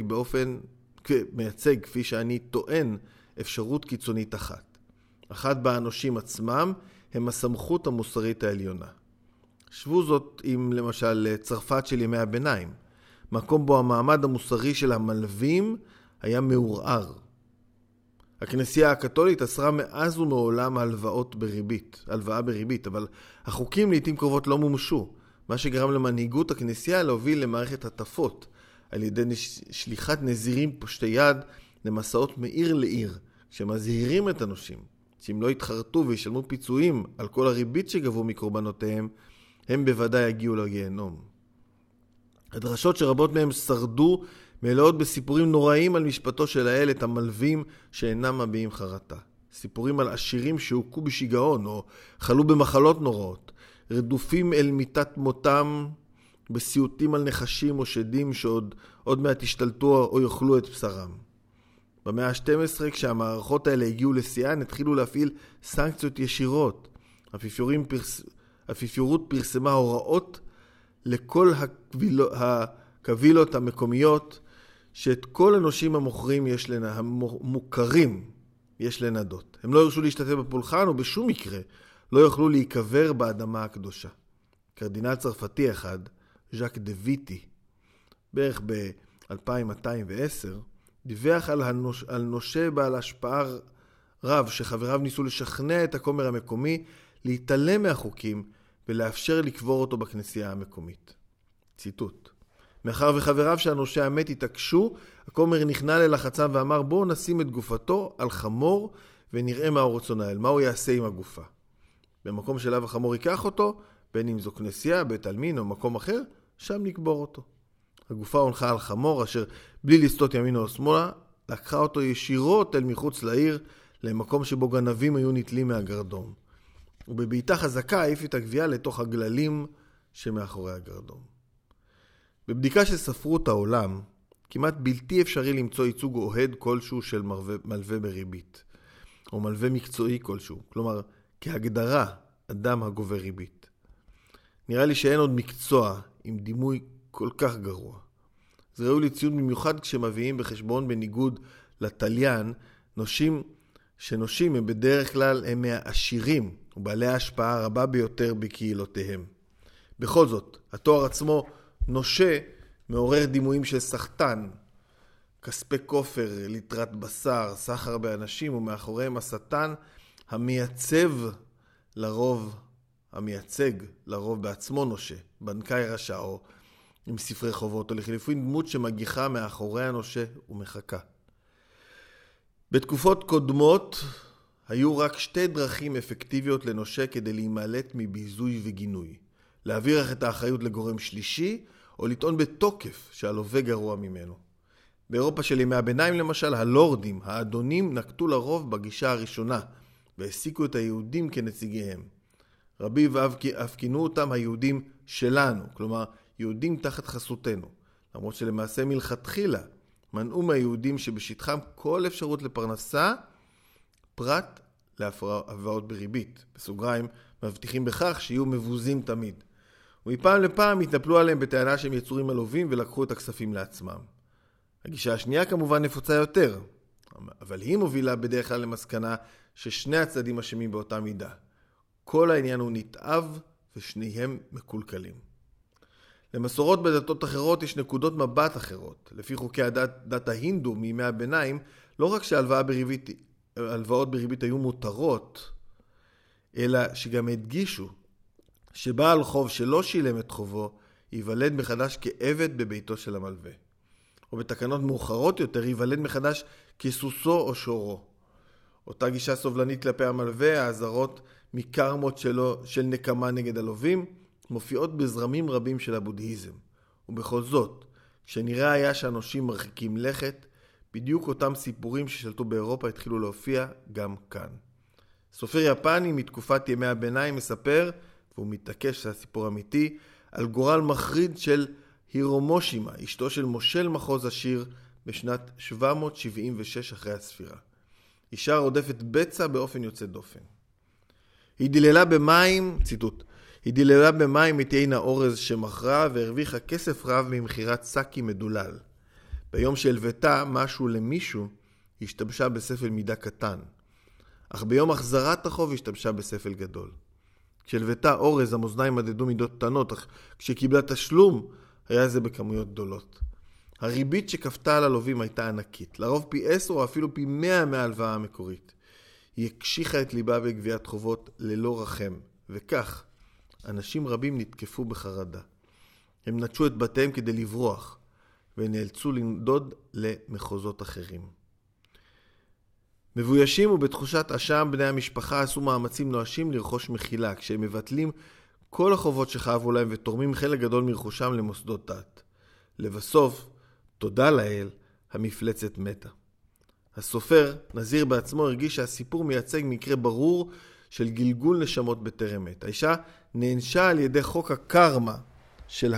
מייצג כפי שאני טוען אפשרות קיצונית אחת. אחת באנושים עצמם הם הסמכות המוסרית העליונה. שוו זאת עם למשל צרפת של ימי הביניים, מקום בו המעמד המוסרי של המלווים היה מעורער. הכנסייה הקתולית אסרה מאז ומעולם הלוואה בריבית, אבל החוקים לעתים קרובות לא מומשו, מה שגרם למנהיגות הכנסייה להוביל למערכת הטפות, על ידי שליחת נזירים פושטי יד למסעות מעיר לעיר, שמזהירים את הנושים, שאם לא יתחרטו וישלמו פיצויים על כל הריבית שגבו מקורבנותיהם, הם בוודאי יגיעו לגיהנום. הדרשות שרבות מהם שרדו מלאות בסיפורים נוראים על משפטו של האל את המלווים שאינם מביעים חרטה. סיפורים על עשירים שהוכו בשיגעון או חלו במחלות נוראות, רדופים אל מיטת מותם בסיוטים על נחשים או שדים שעוד מעט השתלטו או יאכלו את בשרם. במאה ה-12, כשהמערכות האלה הגיעו לשיאן, התחילו להפעיל סנקציות ישירות. האפיפיורות פרסמה הוראות לכל הקבילות המקומיות, שאת כל הנושים המוכרים יש לנדות. הם לא ירשו להשתתף בפולחן, ובשום מקרה לא יוכלו להיקבר באדמה הקדושה. קרדינל צרפתי אחד, ז'אק דה ויטי, בערך ב-2210, דיווח על נושה בעל השפעה רב שחבריו ניסו לשכנע את הכומר המקומי להתעלם מהחוקים ולאפשר לקבור אותו בכנסייה המקומית. ציטוט: מאחר וחבריו שהנושה המת התעקשו, הכומר נכנע ללחצם ואמר, בואו נשים את גופתו על חמור ונראה מה הוא רצון האל, מה הוא יעשה עם הגופה. במקום שאליו החמור ייקח אותו, בין אם זו כנסייה, בית עלמין או מקום אחר, שם נקבור אותו. הגופה הונחה על חמור אשר בלי לסטות ימינה או שמאלה, לקחה אותו ישירות אל מחוץ לעיר, למקום שבו גנבים היו נטלים מהגרדום. ובבעיטה חזקה העיף את הגבייה לתוך הגללים שמאחורי הגרדום. בבדיקה של ספרות העולם, כמעט בלתי אפשרי למצוא ייצוג אוהד כלשהו של מלווה בריבית, או מלווה מקצועי כלשהו, כלומר, כהגדרה, אדם הגובה ריבית. נראה לי שאין עוד מקצוע עם דימוי כל כך גרוע. זה ראוי לציון במיוחד כשמביאים בחשבון בניגוד לטליין, שנושים הם בדרך כלל הם מהעשירים ובעלי ההשפעה הרבה ביותר בקהילותיהם. בכל זאת, התואר עצמו נושה מעורר דימויים של סחטן, כספי כופר, ליטרת בשר, סחר באנשים, ומאחוריהם השטן המייצג לרוב בעצמו נושה, בנקאי רשע או עם ספרי חובות, או לחילופין דמות שמגיחה מאחורי הנושה ומחכה. בתקופות קודמות היו רק שתי דרכים אפקטיביות לנושה כדי להימלט מביזוי וגינוי. להעביר את האחריות לגורם שלישי, או לטעון בתוקף שהלווה גרוע ממנו. באירופה של ימי הביניים למשל, הלורדים, האדונים, נקטו לרוב בגישה הראשונה, והעסיקו את היהודים כנציגיהם. רבי ואף כינו אותם היהודים שלנו, כלומר יהודים תחת חסותנו, למרות שלמעשה מלכתחילה מנעו מהיהודים שבשטחם כל אפשרות לפרנסה, פרט להלוואות בריבית, בסוגריים, מבטיחים בכך שיהיו מבוזים תמיד. ומפעם לפעם התנפלו עליהם בטענה שהם יצורים עלובים ולקחו את הכספים לעצמם. הגישה השנייה כמובן נפוצה יותר, אבל היא מובילה בדרך כלל למסקנה ששני הצדדים אשמים באותה מידה. כל העניין הוא נתעב ושניהם מקולקלים. למסורות בדתות אחרות יש נקודות מבט אחרות. לפי חוקי הדת ההינדו מימי הביניים, לא רק שהלוואות בריבית היו מותרות, אלא שגם הדגישו שבעל חוב שלא שילם את חובו ייוולד מחדש כעבד בביתו של המלווה. או בתקנות מאוחרות יותר ייוולד מחדש כסוסו או שורו. אותה גישה סובלנית כלפי המלווה, האזהרות מקרמות של נקמה נגד הלווים, מופיעות בזרמים רבים של הבודהיזם. ובכל זאת, כשנראה היה שהנושים מרחיקים לכת, בדיוק אותם סיפורים ששלטו באירופה התחילו להופיע גם כאן. סופר יפני מתקופת ימי הביניים מספר, והוא מתעקש שהסיפור אמיתי, על גורל מחריד של הירומושימה, אשתו של מושל מחוז השיר בשנת 776 אחרי הספירה. אישה רודפת בצע באופן יוצא דופן. היא דיללה במים, ציטוט, היא דיללה במים את יין האורז שמכרה והרוויחה כסף רב ממחירת סקי מדולל. ביום שהלוותה משהו למישהו, היא השתמשה בספל מידה קטן. אך ביום החזרת החוב השתמשה בספל גדול. כשהלוותה אורז, המאזניים מדדו מידות קטנות, אך כשקיבלה תשלום, היה זה בכמויות גדולות. הריבית שכפתה על הלווים הייתה ענקית, לרוב פי 10 או אפילו פי 100 מההלוואה המקורית. היא הקשיחה את ליבה בגביית חובות ללא רחם, וכך אנשים רבים נתקפו בחרדה. הם נטשו את בתיהם כדי לברוח, ונאלצו לנדוד למחוזות אחרים. מבוישים ובתחושת אשם בני המשפחה עשו מאמצים נואשים לרכוש מחילה, כשהם מבטלים כל החובות שחייבו להם ותורמים חלק גדול מרכושם למוסדות דת. לבסוף, תודה לאל, המפלצת מתה. הסופר, נזיר בעצמו, הרגיש שהסיפור מייצג מקרה ברור של גלגול נשמות בטרם מת. האישה נענשה על ידי חוק הקרמה של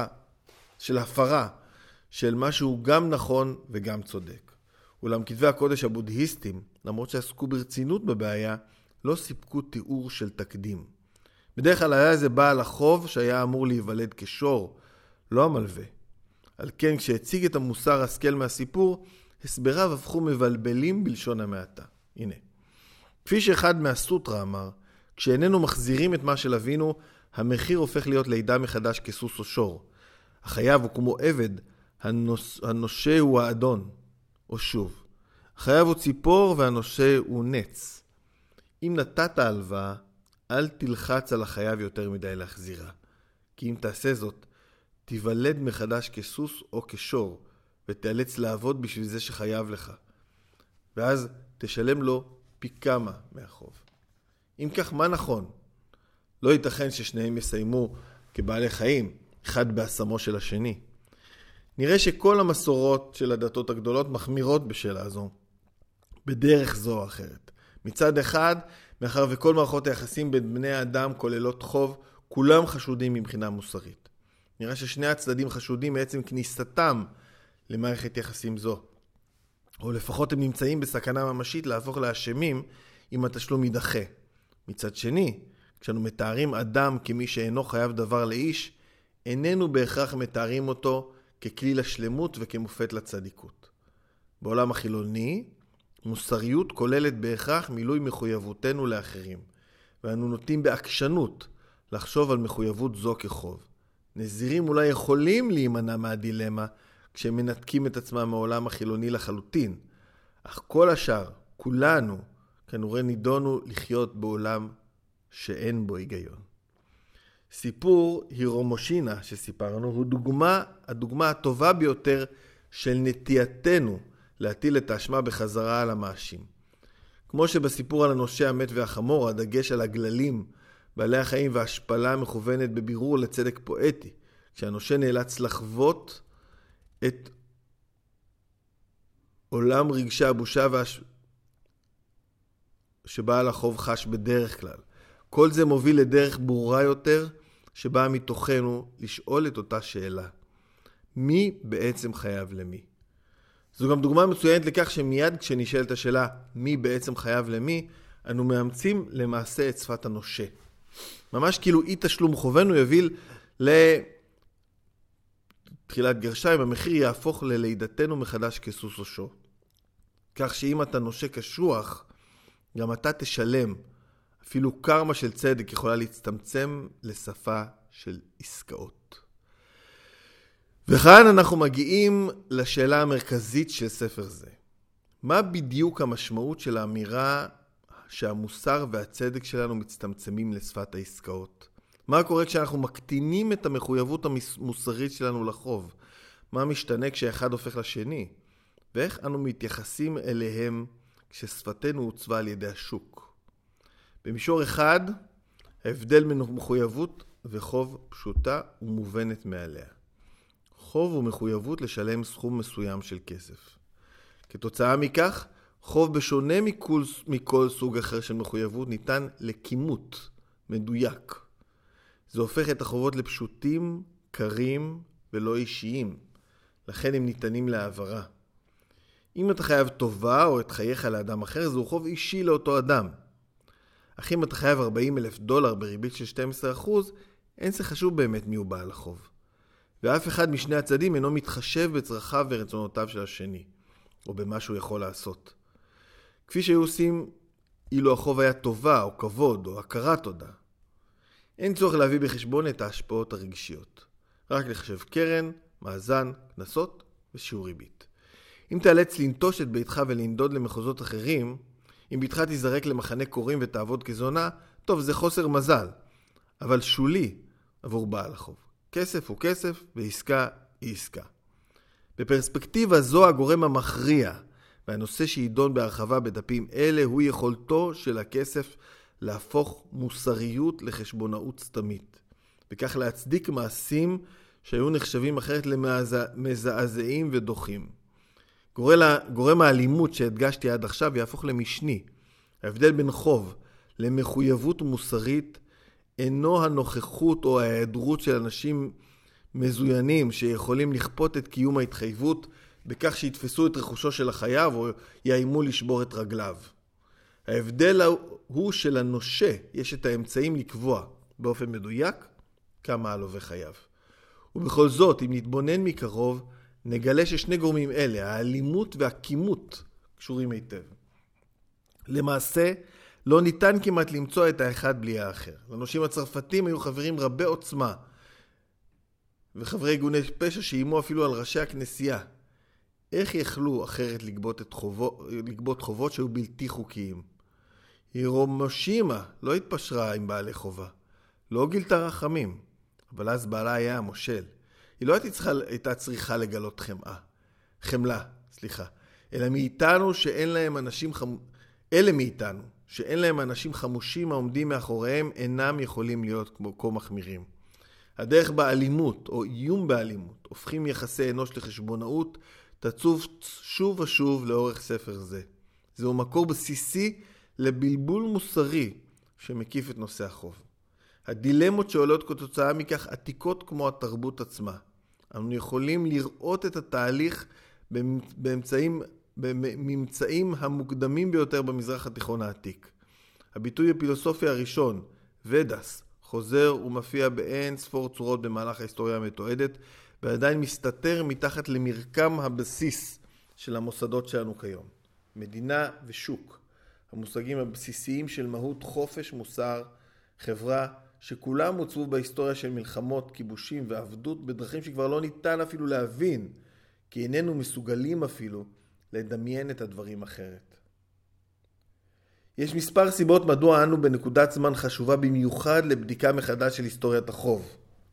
הפרה של משהו גם נכון וגם צודק. אולם כתבי הקודש הבודהיסטים, למרות שעסקו ברצינות בבעיה, לא סיפקו תיאור של תקדים. בדרך כלל היה זה בעל החוב שהיה אמור להיוולד כשור, לא המלווה. על כן, כשהציג את המוסר השכל מהסיפור, הסבריו הפכו מבלבלים בלשון המעטה. הנה. כפי שאחד מהסוטרה אמר, כשאיננו מחזירים את מה שלווינו, המחיר הופך להיות לידה מחדש כסוס או שור. החייב הוא כמו עבד, הנושה הוא האדון. או שוב, החייב הוא ציפור והנושה הוא נץ. אם נתת הלוואה, אל תלחץ על החייב יותר מדי להחזירה. כי אם תעשה זאת, תיוולד מחדש כסוס או כשור, ותיאלץ לעבוד בשביל זה שחייב לך. ואז תשלם לו פי כמה מהחוב. אם כך, מה נכון? לא ייתכן ששניהם יסיימו כבעלי חיים, אחד בעצמו של השני. נראה שכל המסורות של הדתות הגדולות מחמירות בשאלה הזו, בדרך זו או אחרת. מצד אחד, מאחר וכל מערכות היחסים בין בני האדם כוללות חוב, כולם חשודים מבחינה מוסרית. נראה ששני הצדדים חשודים מעצם כניסתם למערכת יחסים זו. או לפחות הם נמצאים בסכנה ממשית להפוך לאשמים אם התשלום יידחה. מצד שני, כשאנו מתארים אדם כמי שאינו חייב דבר לאיש, איננו בהכרח מתארים אותו ככלי לשלמות וכמופת לצדיקות. בעולם החילוני, מוסריות כוללת בהכרח מילוי מחויבותנו לאחרים, ואנו נוטים בעקשנות לחשוב על מחויבות זו כחוב. נזירים אולי יכולים להימנע מהדילמה כשהם מנתקים את עצמם מעולם החילוני לחלוטין, אך כל השאר, כולנו, כנראה נידונו לחיות בעולם שאין בו היגיון. סיפור הירומושינה שסיפרנו הוא הדוגמה הטובה ביותר של נטייתנו להטיל את האשמה בחזרה על המאשים. כמו שבסיפור על הנושה המת והחמור, הדגש על הגללים, בעלי החיים וההשפלה מכוונת בבירור לצדק פואטי, כשהנושה נאלץ לחוות את עולם רגשי הבושה שבעל החוב חש בדרך כלל. כל זה מוביל לדרך ברורה יותר שבאה מתוכנו לשאול את אותה שאלה. מי בעצם חייב למי? זו גם דוגמה מצוינת לכך שמיד כשנשאלת השאלה מי בעצם חייב למי, אנו מאמצים למעשה את שפת הנושה. ממש כאילו אי תשלום חובנו יוביל לתחילת גרשיים, המחיר יהפוך ללידתנו מחדש כסוס או שור. כך שאם אתה נושה קשוח, גם אתה תשלם. אפילו קרמה של צדק יכולה להצטמצם לשפה של עסקאות. וכאן אנחנו מגיעים לשאלה המרכזית של ספר זה. מה בדיוק המשמעות של האמירה שהמוסר והצדק שלנו מצטמצמים לשפת העסקאות? מה קורה כשאנחנו מקטינים את המחויבות המוסרית שלנו לחוב? מה משתנה כשאחד הופך לשני? ואיך אנו מתייחסים אליהם כששפתנו הוצבה על ידי השוק? במישור אחד, ההבדל בין מחויבות וחוב פשוטה ומובנת מעליה. חוב הוא מחויבות לשלם סכום מסוים של כסף. כתוצאה מכך, חוב בשונה מכל סוג אחר של מחויבות ניתן לכימות, מדויק. זה הופך את החובות לפשוטים, קרים ולא אישיים. לכן הם ניתנים להעברה. אם אתה חייב טובה או את חייך לאדם אחר, זהו חוב אישי לאותו אדם. אך אם אתה חייב $40,000 בריבית של 12%, אין זה חשוב באמת מי הוא בעל החוב. ואף אחד משני הצדדים אינו מתחשב בצרכיו ורצונותיו של השני, או במה שהוא יכול לעשות. כפי שהיו עושים אילו החוב היה טובה או כבוד או הכרת תודה. אין צורך להביא בחשבון את ההשפעות הרגשיות. רק לחשב קרן, מאזן, כנסות ושיעור ריבית. אם תאלץ לנטוש את ביתך ולנדוד למחוזות אחרים, אם ביתך תזרק למחנה קוראים ותעבוד כזונה, טוב, זה חוסר מזל, אבל שולי עבור בעל החוב. כסף הוא כסף ועסקה היא עסקה. בפרספקטיבה זו הגורם המכריע, והנושא שידון בהרחבה בדפים אלה הוא יכולתו של הכסף להפוך מוסריות לחשבונאות סתמית, וכך להצדיק מעשים שהיו נחשבים אחרת למזעזעים ודוחים. גורם האלימות שהדגשתי עד עכשיו יהפוך למשני. ההבדל בין חוב למחויבות מוסרית אינו הנוכחות או ההיעדרות של אנשים מזוינים שיכולים לכפות את קיום ההתחייבות בכך שיתפסו את רכושו של החייב או יאיימו לשבור את רגליו. ההבדל הוא שלנושה יש את האמצעים לקבוע באופן מדויק כמה הלווה חייב. ובכל זאת, אם נתבונן מקרוב, נגלה ששני גורמים אלה, האלימות והכימות, קשורים היטב. למעשה, לא ניתן כמעט למצוא את האחד בלי האחר. לנושים הצרפתים היו חברים רבי עוצמה, וחברי ארגוני פשע שאיימו אפילו על ראשי הכנסייה. איך יכלו אחרת לגבות חובות שהיו בלתי חוקיים? הירושימה לא התפשרה עם בעלי חובה. לא גילתה רחמים, אבל אז בעלה היה המושל. היא לא הייתה צריכה לגלות חמלה, אלא מאיתנו שאין להם אנשים חמושים העומדים מאחוריהם אינם יכולים להיות כה מחמירים. הדרך באלימות או איום באלימות הופכים יחסי אנוש לחשבונאות תצוף שוב ושוב לאורך ספר זה. זהו מקור בסיסי לבלבול מוסרי שמקיף את נושא החוב. הדילמות שעולות כתוצאה מכך עתיקות כמו התרבות עצמה. אנו יכולים לראות את התהליך בממצאים המוקדמים ביותר במזרח התיכון העתיק. הביטוי הפילוסופי הראשון, ודס, חוזר ומופיע באין ספור צורות במהלך ההיסטוריה המתועדת, ועדיין מסתתר מתחת למרקם הבסיס של המוסדות שלנו כיום. מדינה ושוק, המושגים הבסיסיים של מהות חופש, מוסר, חברה, שכולם הוצבו בהיסטוריה של מלחמות, כיבושים ועבדות בדרכים שכבר לא ניתן אפילו להבין, כי איננו מסוגלים אפילו לדמיין את הדברים אחרת. יש מספר סיבות מדוע אנו בנקודת זמן חשובה במיוחד לבדיקה מחדש של היסטוריית החוב.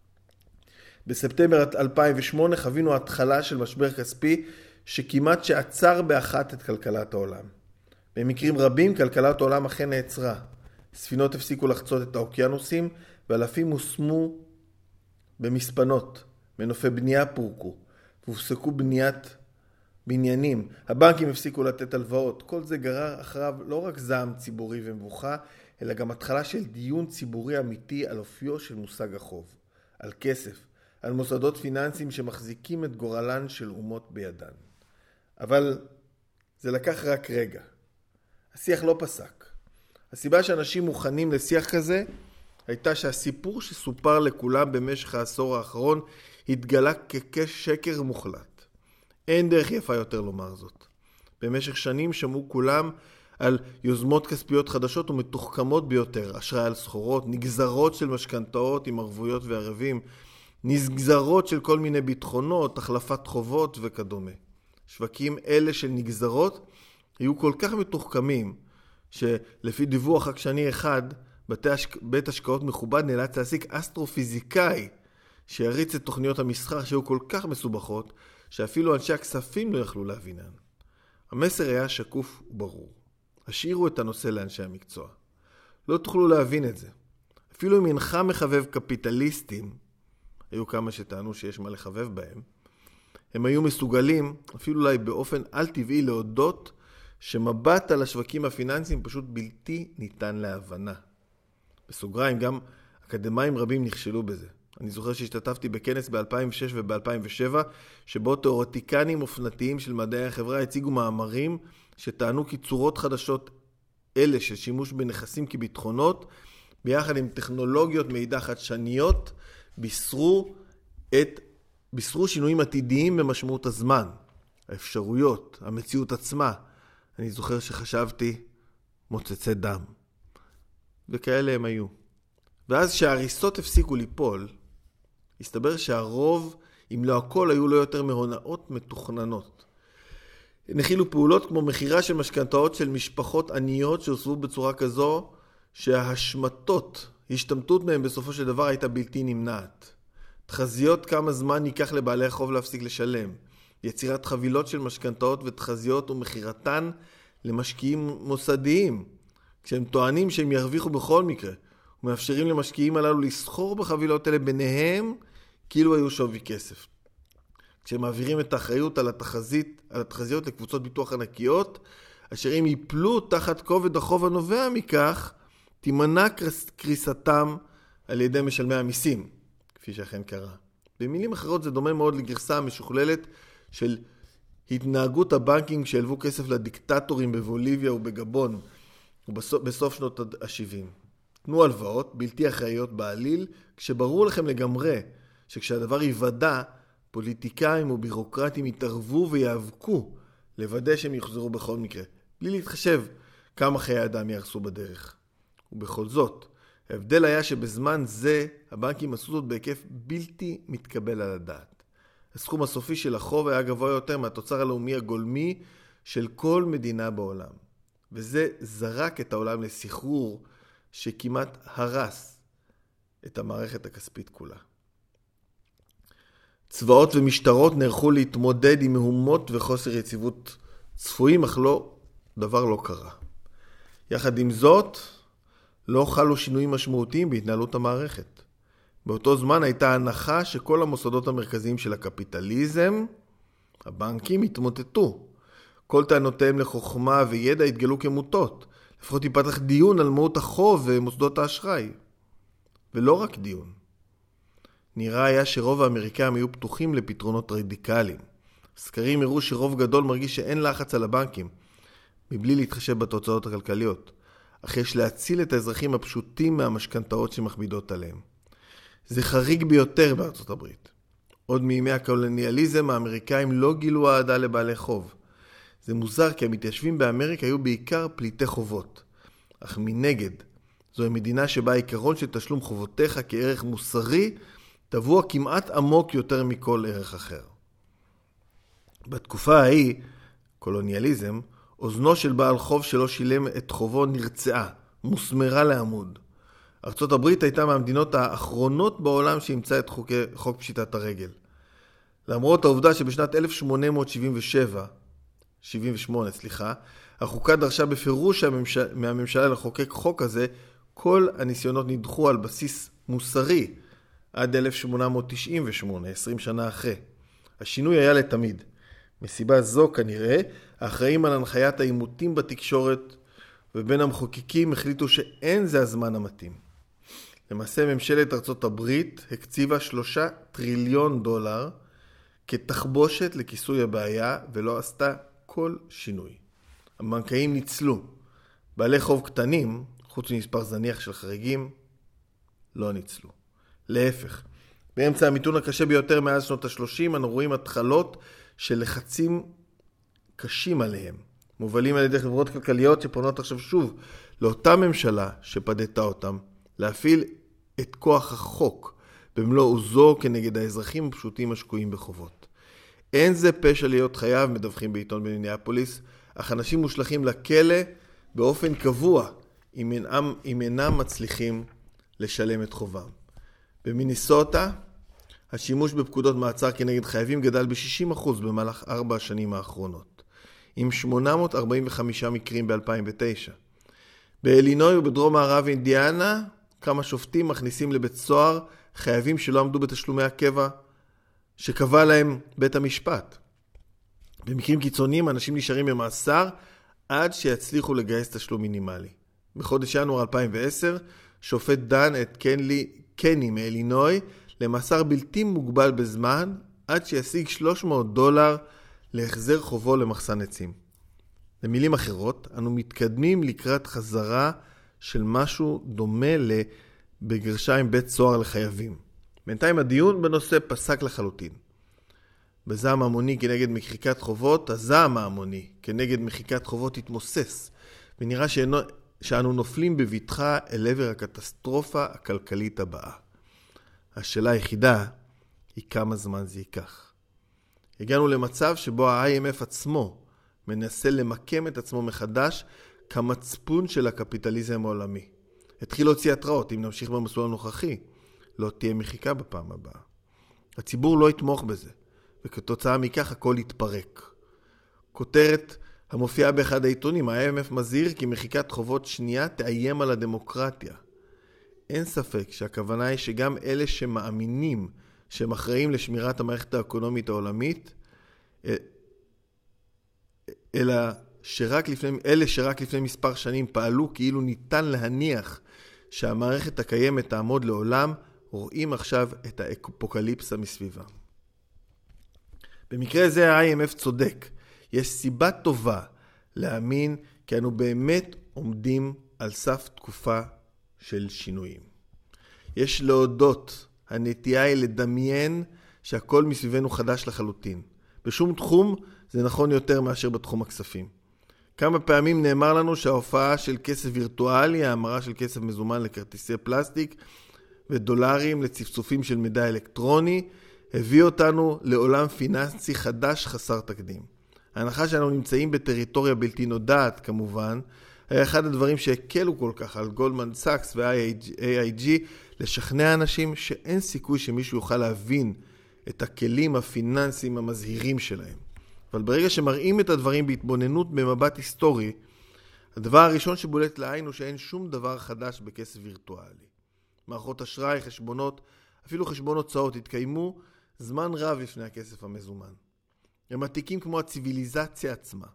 בספטמבר 2008 חווינו התחלה של משבר כספי שכמעט שעצר באחת את כלכלת העולם. במקרים רבים כלכלת העולם אכן נעצרה. ספינות הפסיקו לחצות את האוקיינוסים ואלפים הושמו במספנות. מנופי בנייה פורקו והופסקו בניית בניינים. הבנקים הפסיקו לתת הלוואות. כל זה גרר אחריו לא רק זעם ציבורי ומבוכה, אלא גם התחלה של דיון ציבורי אמיתי על אופיו של מושג החוב, על כסף, על מוסדות פיננסיים שמחזיקים את גורלן של אומות בידן. אבל זה לקח רק רגע. השיח לא פסק. הסיבה שאנשים מוכנים לשיח כזה הייתה שהסיפור שסופר לכולם במשך העשור האחרון התגלה כשקר מוחלט. אין דרך יפה יותר לומר זאת. במשך שנים שמעו כולם על יוזמות כספיות חדשות ומתוחכמות ביותר, אשראי על סחורות, נגזרות של משכנתאות עם ערבויות וערבים, נגזרות של כל מיני ביטחונות, החלפת חובות וכדומה. שווקים אלה של נגזרות היו כל כך מתוחכמים, שלפי דיווח עקשני אחד, בית השקעות מכובד נאלץ להשיג אסטרופיזיקאי שיריץ את תוכניות המסחר שהיו כל כך מסובכות, שאפילו אנשי הכספים לא יכלו להבינן. המסר היה שקוף וברור. השאירו את הנושא לאנשי המקצוע. לא תוכלו להבין את זה. אפילו אם אינך מחבב קפיטליסטים, היו כמה שטענו שיש מה לחבב בהם, הם היו מסוגלים, אפילו אולי באופן על טבעי, להודות שמבט על השווקים הפיננסיים פשוט בלתי ניתן להבנה. בסוגריים, גם אקדמיים רבים נכשלו בזה. אני זוכר שהשתתפתי בכנס ב-2006 וב-2007, שבו תיאורטיקנים אופנתיים של מדעי החברה הציגו מאמרים שטענו כי צורות חדשות אלה של שימוש בנכסים כביטחונות, ביחד עם טכנולוגיות מידע חדשניות, בישרו שינויים עתידיים במשמעות הזמן, האפשרויות, המציאות עצמה. אני זוכר שחשבתי מוצצי דם. וכאלה הם היו. ואז שההריסות הפסיקו ליפול, הסתבר שהרוב, אם לא הכל, היו לא יותר מהונאות מתוכננות. נחילו פעולות כמו מחירה של משכנתאות של משפחות עניות שהוסבו בצורה כזו השתמטות מהם בסופו של דבר הייתה בלתי נמנעת. תחזיות כמה זמן ייקח לבעלי החוב להפסיק לשלם. יצירת חבילות של משכנתאות ותחזיות ומחירתן למשקיעים מוסדיים, כשהם טוענים שהם ירוויחו בכל מקרה, ומאפשרים למשקיעים הללו לסחור בחבילות אלה ביניהם, כאילו היו שווי כסף. כשמעבירים את האחריות על התחזיות לקבוצות ביטוח ענקיות, אשר אם ייפלו תחת כובד החוב הנובע מכך, תימנע קריסתם על ידי משלמי המיסים, כפי שאכן קרה. במילים אחרות זה דומה מאוד לגרסה המשוכללת של התנהגות הבנקים כשהלוו כסף לדיקטטורים בבוליביה ובגבון בסוף שנות ה-70. תנו הלוואות בלתי אחראיות בעליל, כשברור לכם לגמרי שכשהדבר ייוודע, פוליטיקאים ובירוקרטים יתערבו ויאבקו לוודא שהם יחזרו בכל מקרה, בלי להתחשב כמה חיי אדם יהרסו בדרך. ובכל זאת, ההבדל היה שבזמן זה הבנקים עשו זאת בהיקף בלתי מתקבל על הדעת. הסכום הסופי של החוב היה גבוה יותר מהתוצר הלאומי הגולמי של כל מדינה בעולם. וזה זרק את העולם לסחרור שכמעט הרס את המערכת הכספית כולה. צבאות ומשטרות נערכו להתמודד עם מהומות וחוסר יציבות צפויים, אך דבר לא קרה. יחד עם זאת, לא חלו שינויים משמעותיים בהתנהלות המערכת. באותו זמן הייתה הנחה שכל המוסדות המרכזיים של הקפיטליזם, הבנקים, התמוטטו. כל טענותיהם לחוכמה וידע התגלו כמוטות. לפחות ייפתח דיון על מהות החוב ומוסדות האשראי. ולא רק דיון. נראה היה שרוב האמריקאים היו פתוחים לפתרונות רדיקליים. סקרים הראו שרוב גדול מרגיש שאין לחץ על הבנקים, מבלי להתחשב בתוצאות הכלכליות. אך יש להציל את האזרחים הפשוטים מהמשכנתאות שמכבידות עליהם. זה חריג ביותר בארצות הברית. עוד מימי הקולוניאליזם האמריקאים לא גילו אהדה לבעלי חוב. זה מוזר כי המתיישבים באמריקה היו בעיקר פליטי חובות. אך מנגד, זוהי מדינה שבה העיקרון של תשלום חובותיך כערך מוסרי טבוע כמעט עמוק יותר מכל ערך אחר. בתקופה ההיא, קולוניאליזם, אוזנו של בעל חוב שלא שילם את חובו נרצעה, מוסמרה לעמוד. ארצות הברית הייתה מהמדינות האחרונות בעולם שאימצה את חוק פשיטת הרגל. למרות העובדה שבשנת 78, החוקה דרשה בפירוש מהממשלה לחוקק חוק הזה, כל הניסיונות נדחו על בסיס מוסרי עד 1898, 20 שנה אחרי. השינוי היה לתמיד. מסיבה זו כנראה, האחראים על הנחיית העימותים בתקשורת ובין המחוקקים החליטו שאין זה הזמן המתאים. למעשה ממשלת ארצות הברית הקציבה $3 טריליון כתחבושת לכיסוי הבעיה ולא עשתה כל שינוי. הבנקאים ניצלו. בעלי חוב קטנים, חוץ ממספר זניח של חריגים, לא ניצלו. להפך, באמצע המיתון הקשה ביותר מאז שנות ה-30 אנו רואים התחלות של לחצים קשים עליהם, מובלים על ידי חברות כלכליות שפונות עכשיו שוב לאותה ממשלה שפדתה אותם, להפעיל את כוח החוק במלוא עוזו כנגד האזרחים הפשוטים השקועים בחובות. אין זה פשע להיות חייב, מדווחים בעיתון במיניאפוליס, אך אנשים מושלכים לכלא באופן קבוע אם אינם מצליחים לשלם את חובם. במיניסוטה, השימוש בפקודות מעצר כנגד חייבים גדל ב-60% במהלך 4 השנים האחרונות, עם 845 מקרים ב-2009. באילינוי ובדרום מערב אינדיאנה, כמה שופטים מכניסים לבית סוהר חייבים שלא עמדו בתשלומי הקבע שקבע להם בית המשפט. במקרים קיצוניים אנשים נשארים במאסר עד שיצליחו לגייס תשלום מינימלי. בחודש ינואר 2010, שופט דן את קני מאילינוי למאסר בלתי מוגבל בזמן עד שישיג $300 להחזר חובו למחסן עצים. במילים אחרות, אנו מתקדמים לקראת חזרה של משהו דומה בגרשיים בית סוהר לחייבים. בינתיים הדיון בנושא פסק לחלוטין. בזעם המוני כנגד מחיקת חובות, הזעם המוני כנגד מחיקת חובות התמוסס, ונראה שאנו נופלים בבטחה אל עבר הקטסטרופה הכלכלית הבאה. השאלה היחידה היא כמה זמן זה ייקח. הגענו למצב שבו ה-IMF עצמו מנסה למקם את עצמו מחדש כמצפון של הקפיטליזם העולמי. התחיל להוציא התראות, אם נמשיך במסלול הנוכחי, לא תהיה מחיקה בפעם הבאה. הציבור לא יתמוך בזה, וכתוצאה מכך הכל יתפרק. כותרת המופיעה באחד העיתונים, ה-IMF מזהיר כי מחיקת חובות שנייה תאיים על הדמוקרטיה. אין ספק שהכוונה היא שגם אלה שמאמינים שהם אחראים לשמירת המערכת האקונומית העולמית, אלה שרק לפני מספר שנים פעלו כאילו ניתן להניח שהמערכת הקיימת תעמוד לעולם, רואים עכשיו את האפוקליפסה מסביבה. במקרה זה ה-IMF צודק. יש סיבה טובה להאמין כי אנו באמת עומדים על סף תקופה של שינויים. יש להודות, הנטייה היא לדמיין שהכל מסביבנו חדש לחלוטין. בשום תחום זה נכון יותר מאשר בתחום הכספים. כמה פעמים נאמר לנו שההופעה של כסף וירטואלי, ההמרה של כסף מזומן לכרטיסי פלסטיק ודולרים לצפצופים של מידע אלקטרוני, הביא אותנו לעולם פיננסי חדש חסר תקדים. ההנחה שאנו נמצאים בטריטוריה בלתי נודעת, כמובן, היה אחד הדברים שהקלו כל כך על גולדמן סאקס ו-AIG לשכנע אנשים שאין סיכוי שמישהו יוכל להבין את הכלים הפיננסיים המזהירים שלהם. אבל ברגע שמראים את הדברים בהתבוננות במבט היסטורי, הדבר הראשון שבולט לעין הוא שאין שום דבר חדש בכסף וירטואלי. מערכות אשראי, חשבונות, אפילו חשבון הוצאות התקיימו זמן רב לפני הכסף המזומן. הם עתיקים כמו הציביליזציה עצמה.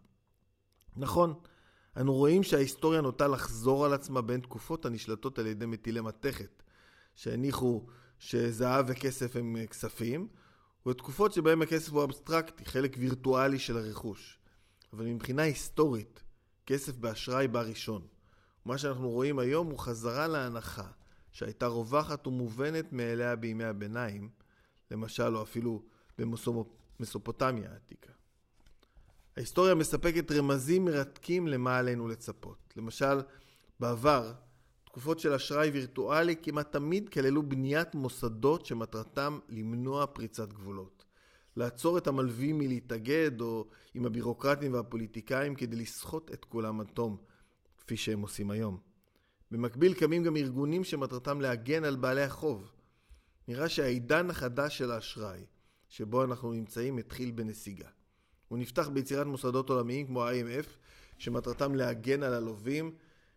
נכון, אנו רואים שההיסטוריה נוטה לחזור על עצמה בין תקופות הנשלטות על ידי מטילי מתכת, שהניחו שזהב וכסף הם כספים, ותקופות שבהם הכסף הוא אבסטרקטי, חלק וירטואלי של הרכוש. אבל מבחינה היסטורית, כסף באשראי בא ראשון. מה שאנחנו רואים היום הוא חזרה להנחה שהייתה רווחת ומובנת מאליה בימי הביניים, למשל או אפילו במסופוטמיה העתיקה. ההיסטוריה מספקת רמזים מרתקים למה עלינו לצפות. למשל, בעבר, תקופות של אשראי וירטואלי כמעט תמיד כללו בניית מוסדות שמטרתם למנוע פריצת גבולות. לעצור את המלווים מלהתאגד או עם הבירוקרטים והפוליטיקאים כדי לסחוט את כולם עד תום, כפי שהם עושים היום. במקביל קמים גם ארגונים שמטרתם להגן על בעלי החוב. נראה שהעידן החדש של האשראי, שבו אנחנו נמצאים, התחיל בנסיגה. הוא נפתח ביצירת מוסדות עולמיים כמו ה-IMF, שמטרתם להגן על הלווים,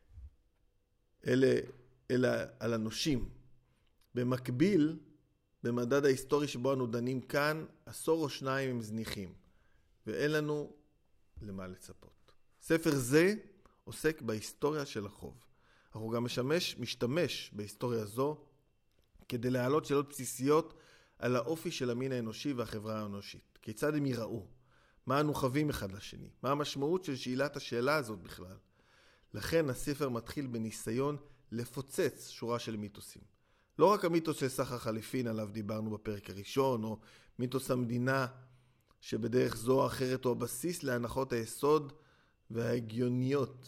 אלא על הנושים. במקביל, במדד ההיסטורי שבו אנו דנים כאן, עשור או שניים הם זניחים, ואין לנו למה לצפות. ספר זה עוסק בהיסטוריה של החוב. אך הוא גם משתמש בהיסטוריה זו כדי להעלות שאלות בסיסיות על האופי של המין האנושי והחברה האנושית. כיצד הם ייראו? מה אנו חווים אחד לשני? מה המשמעות של שאלת השאלה הזאת בכלל? לכן הספר מתחיל בניסיון לפוצץ שורה של מיתוסים. לא רק המיתוס של סחר חליפין עליו דיברנו בפרק הראשון, או מיתוס המדינה שבדרך זו או אחרת הוא הבסיס להנחות היסוד וההגיוניות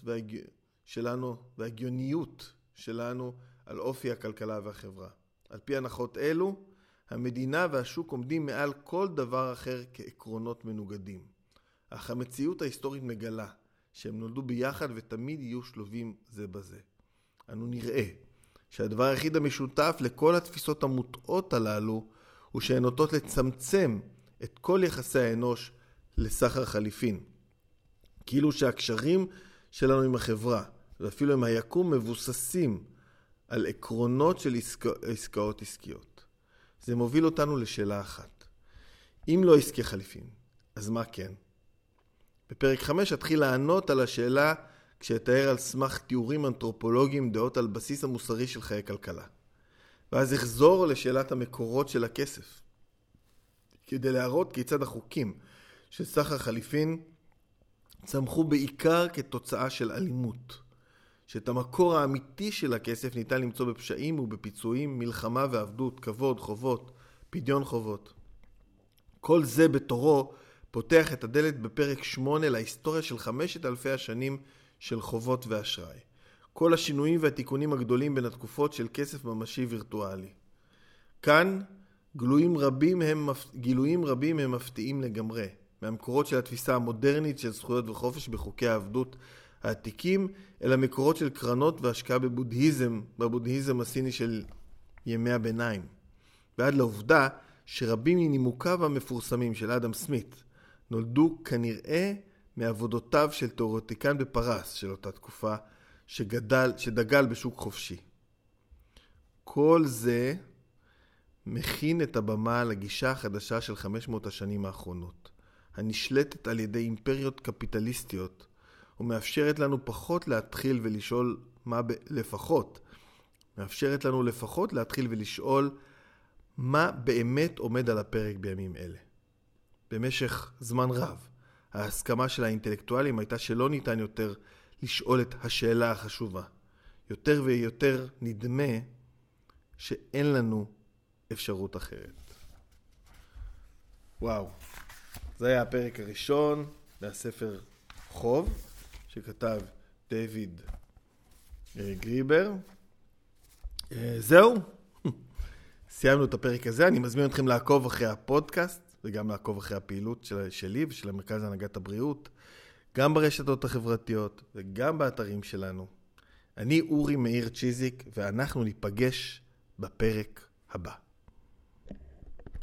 שלנו על אופי הכלכלה והחברה. על פי הנחות אלו, המדינה והשוק עומדים מעל כל דבר אחר כעקרונות מנוגדים. אך המציאות ההיסטורית מגלה שהם נולדו ביחד ותמיד יהיו שלובים זה בזה. אנו נראה שהדבר היחיד המשותף לכל התפיסות המוטעות הללו הוא שהן נוטות לצמצם את כל יחסי האנוש לסחר חליפין. כאילו שהקשרים שלנו עם החברה ואפילו עם היקום מבוססים על עקרונות של עסקאות עסקיות. זה מוביל אותנו לשאלה אחת. אם לא עסקי חליפין, אז מה כן? בפרק 5 אתחיל לענות על השאלה כשאתאר על סמך תיאורים אנתרופולוגיים דעות על בסיס המוסרי של חיי כלכלה. ואז אחזור לשאלת המקורות של הכסף, כדי להראות כיצד החוקים של סחר חליפין צמחו בעיקר כתוצאה של אלימות, שאת המקור האמיתי של הכסף ניתן למצוא בפשעים ובפיצויים, מלחמה ועבדות, כבוד, חובות, פדיון חובות. כל זה בתורו פותח את הדלת בפרק 8 להיסטוריה של 5,000 השנים של חובות ואשראי. כל השינויים והתיקונים הגדולים בין התקופות של כסף ממשי וירטואלי. כאן גילויים רבים הם מפתיעים לגמרי, מהמקורות של התפיסה המודרנית של זכויות וחופש בחוקי העבדות העתיקים, אל המקורות של קרנות והשקעה בבודהיזם הסיני של ימי הביניים. ועד לעובדה שרבים מנימוקיו המפורסמים של אדם סמית נולדו כנראה מעבודותיו של תיאורטיקן בפרס של אותה תקופה שדגל בשוק חופשי. כל זה מכין את הבמה לגישה החדשה של 500 השנים האחרונות, הנשלטת על ידי אימפריות קפיטליסטיות, ומאפשרת לנו לפחות להתחיל ולשאול מה באמת עומד על הפרק בימים אלה. במשך זמן רב, ההסכמה של האינטלקטואלים הייתה שלא ניתן יותר לשאול את השאלה החשובה. יותר ויותר נדמה שאין לנו אפשרות אחרת. וואו, זה היה הפרק הראשון מהספר חוב, שכתב דיוויד גריבר. זהו, סיימנו את הפרק הזה. אני מזמין אתכם לעקוב אחרי הפודקאסט, וגם לעקוב אחרי הפעילות שלי ושל המרכז להנהגת הבריאות, גם ברשתות החברתיות וגם באתרים שלנו. אני אורי מאיר צ'יזיק, ואנחנו ניפגש בפרק הבא.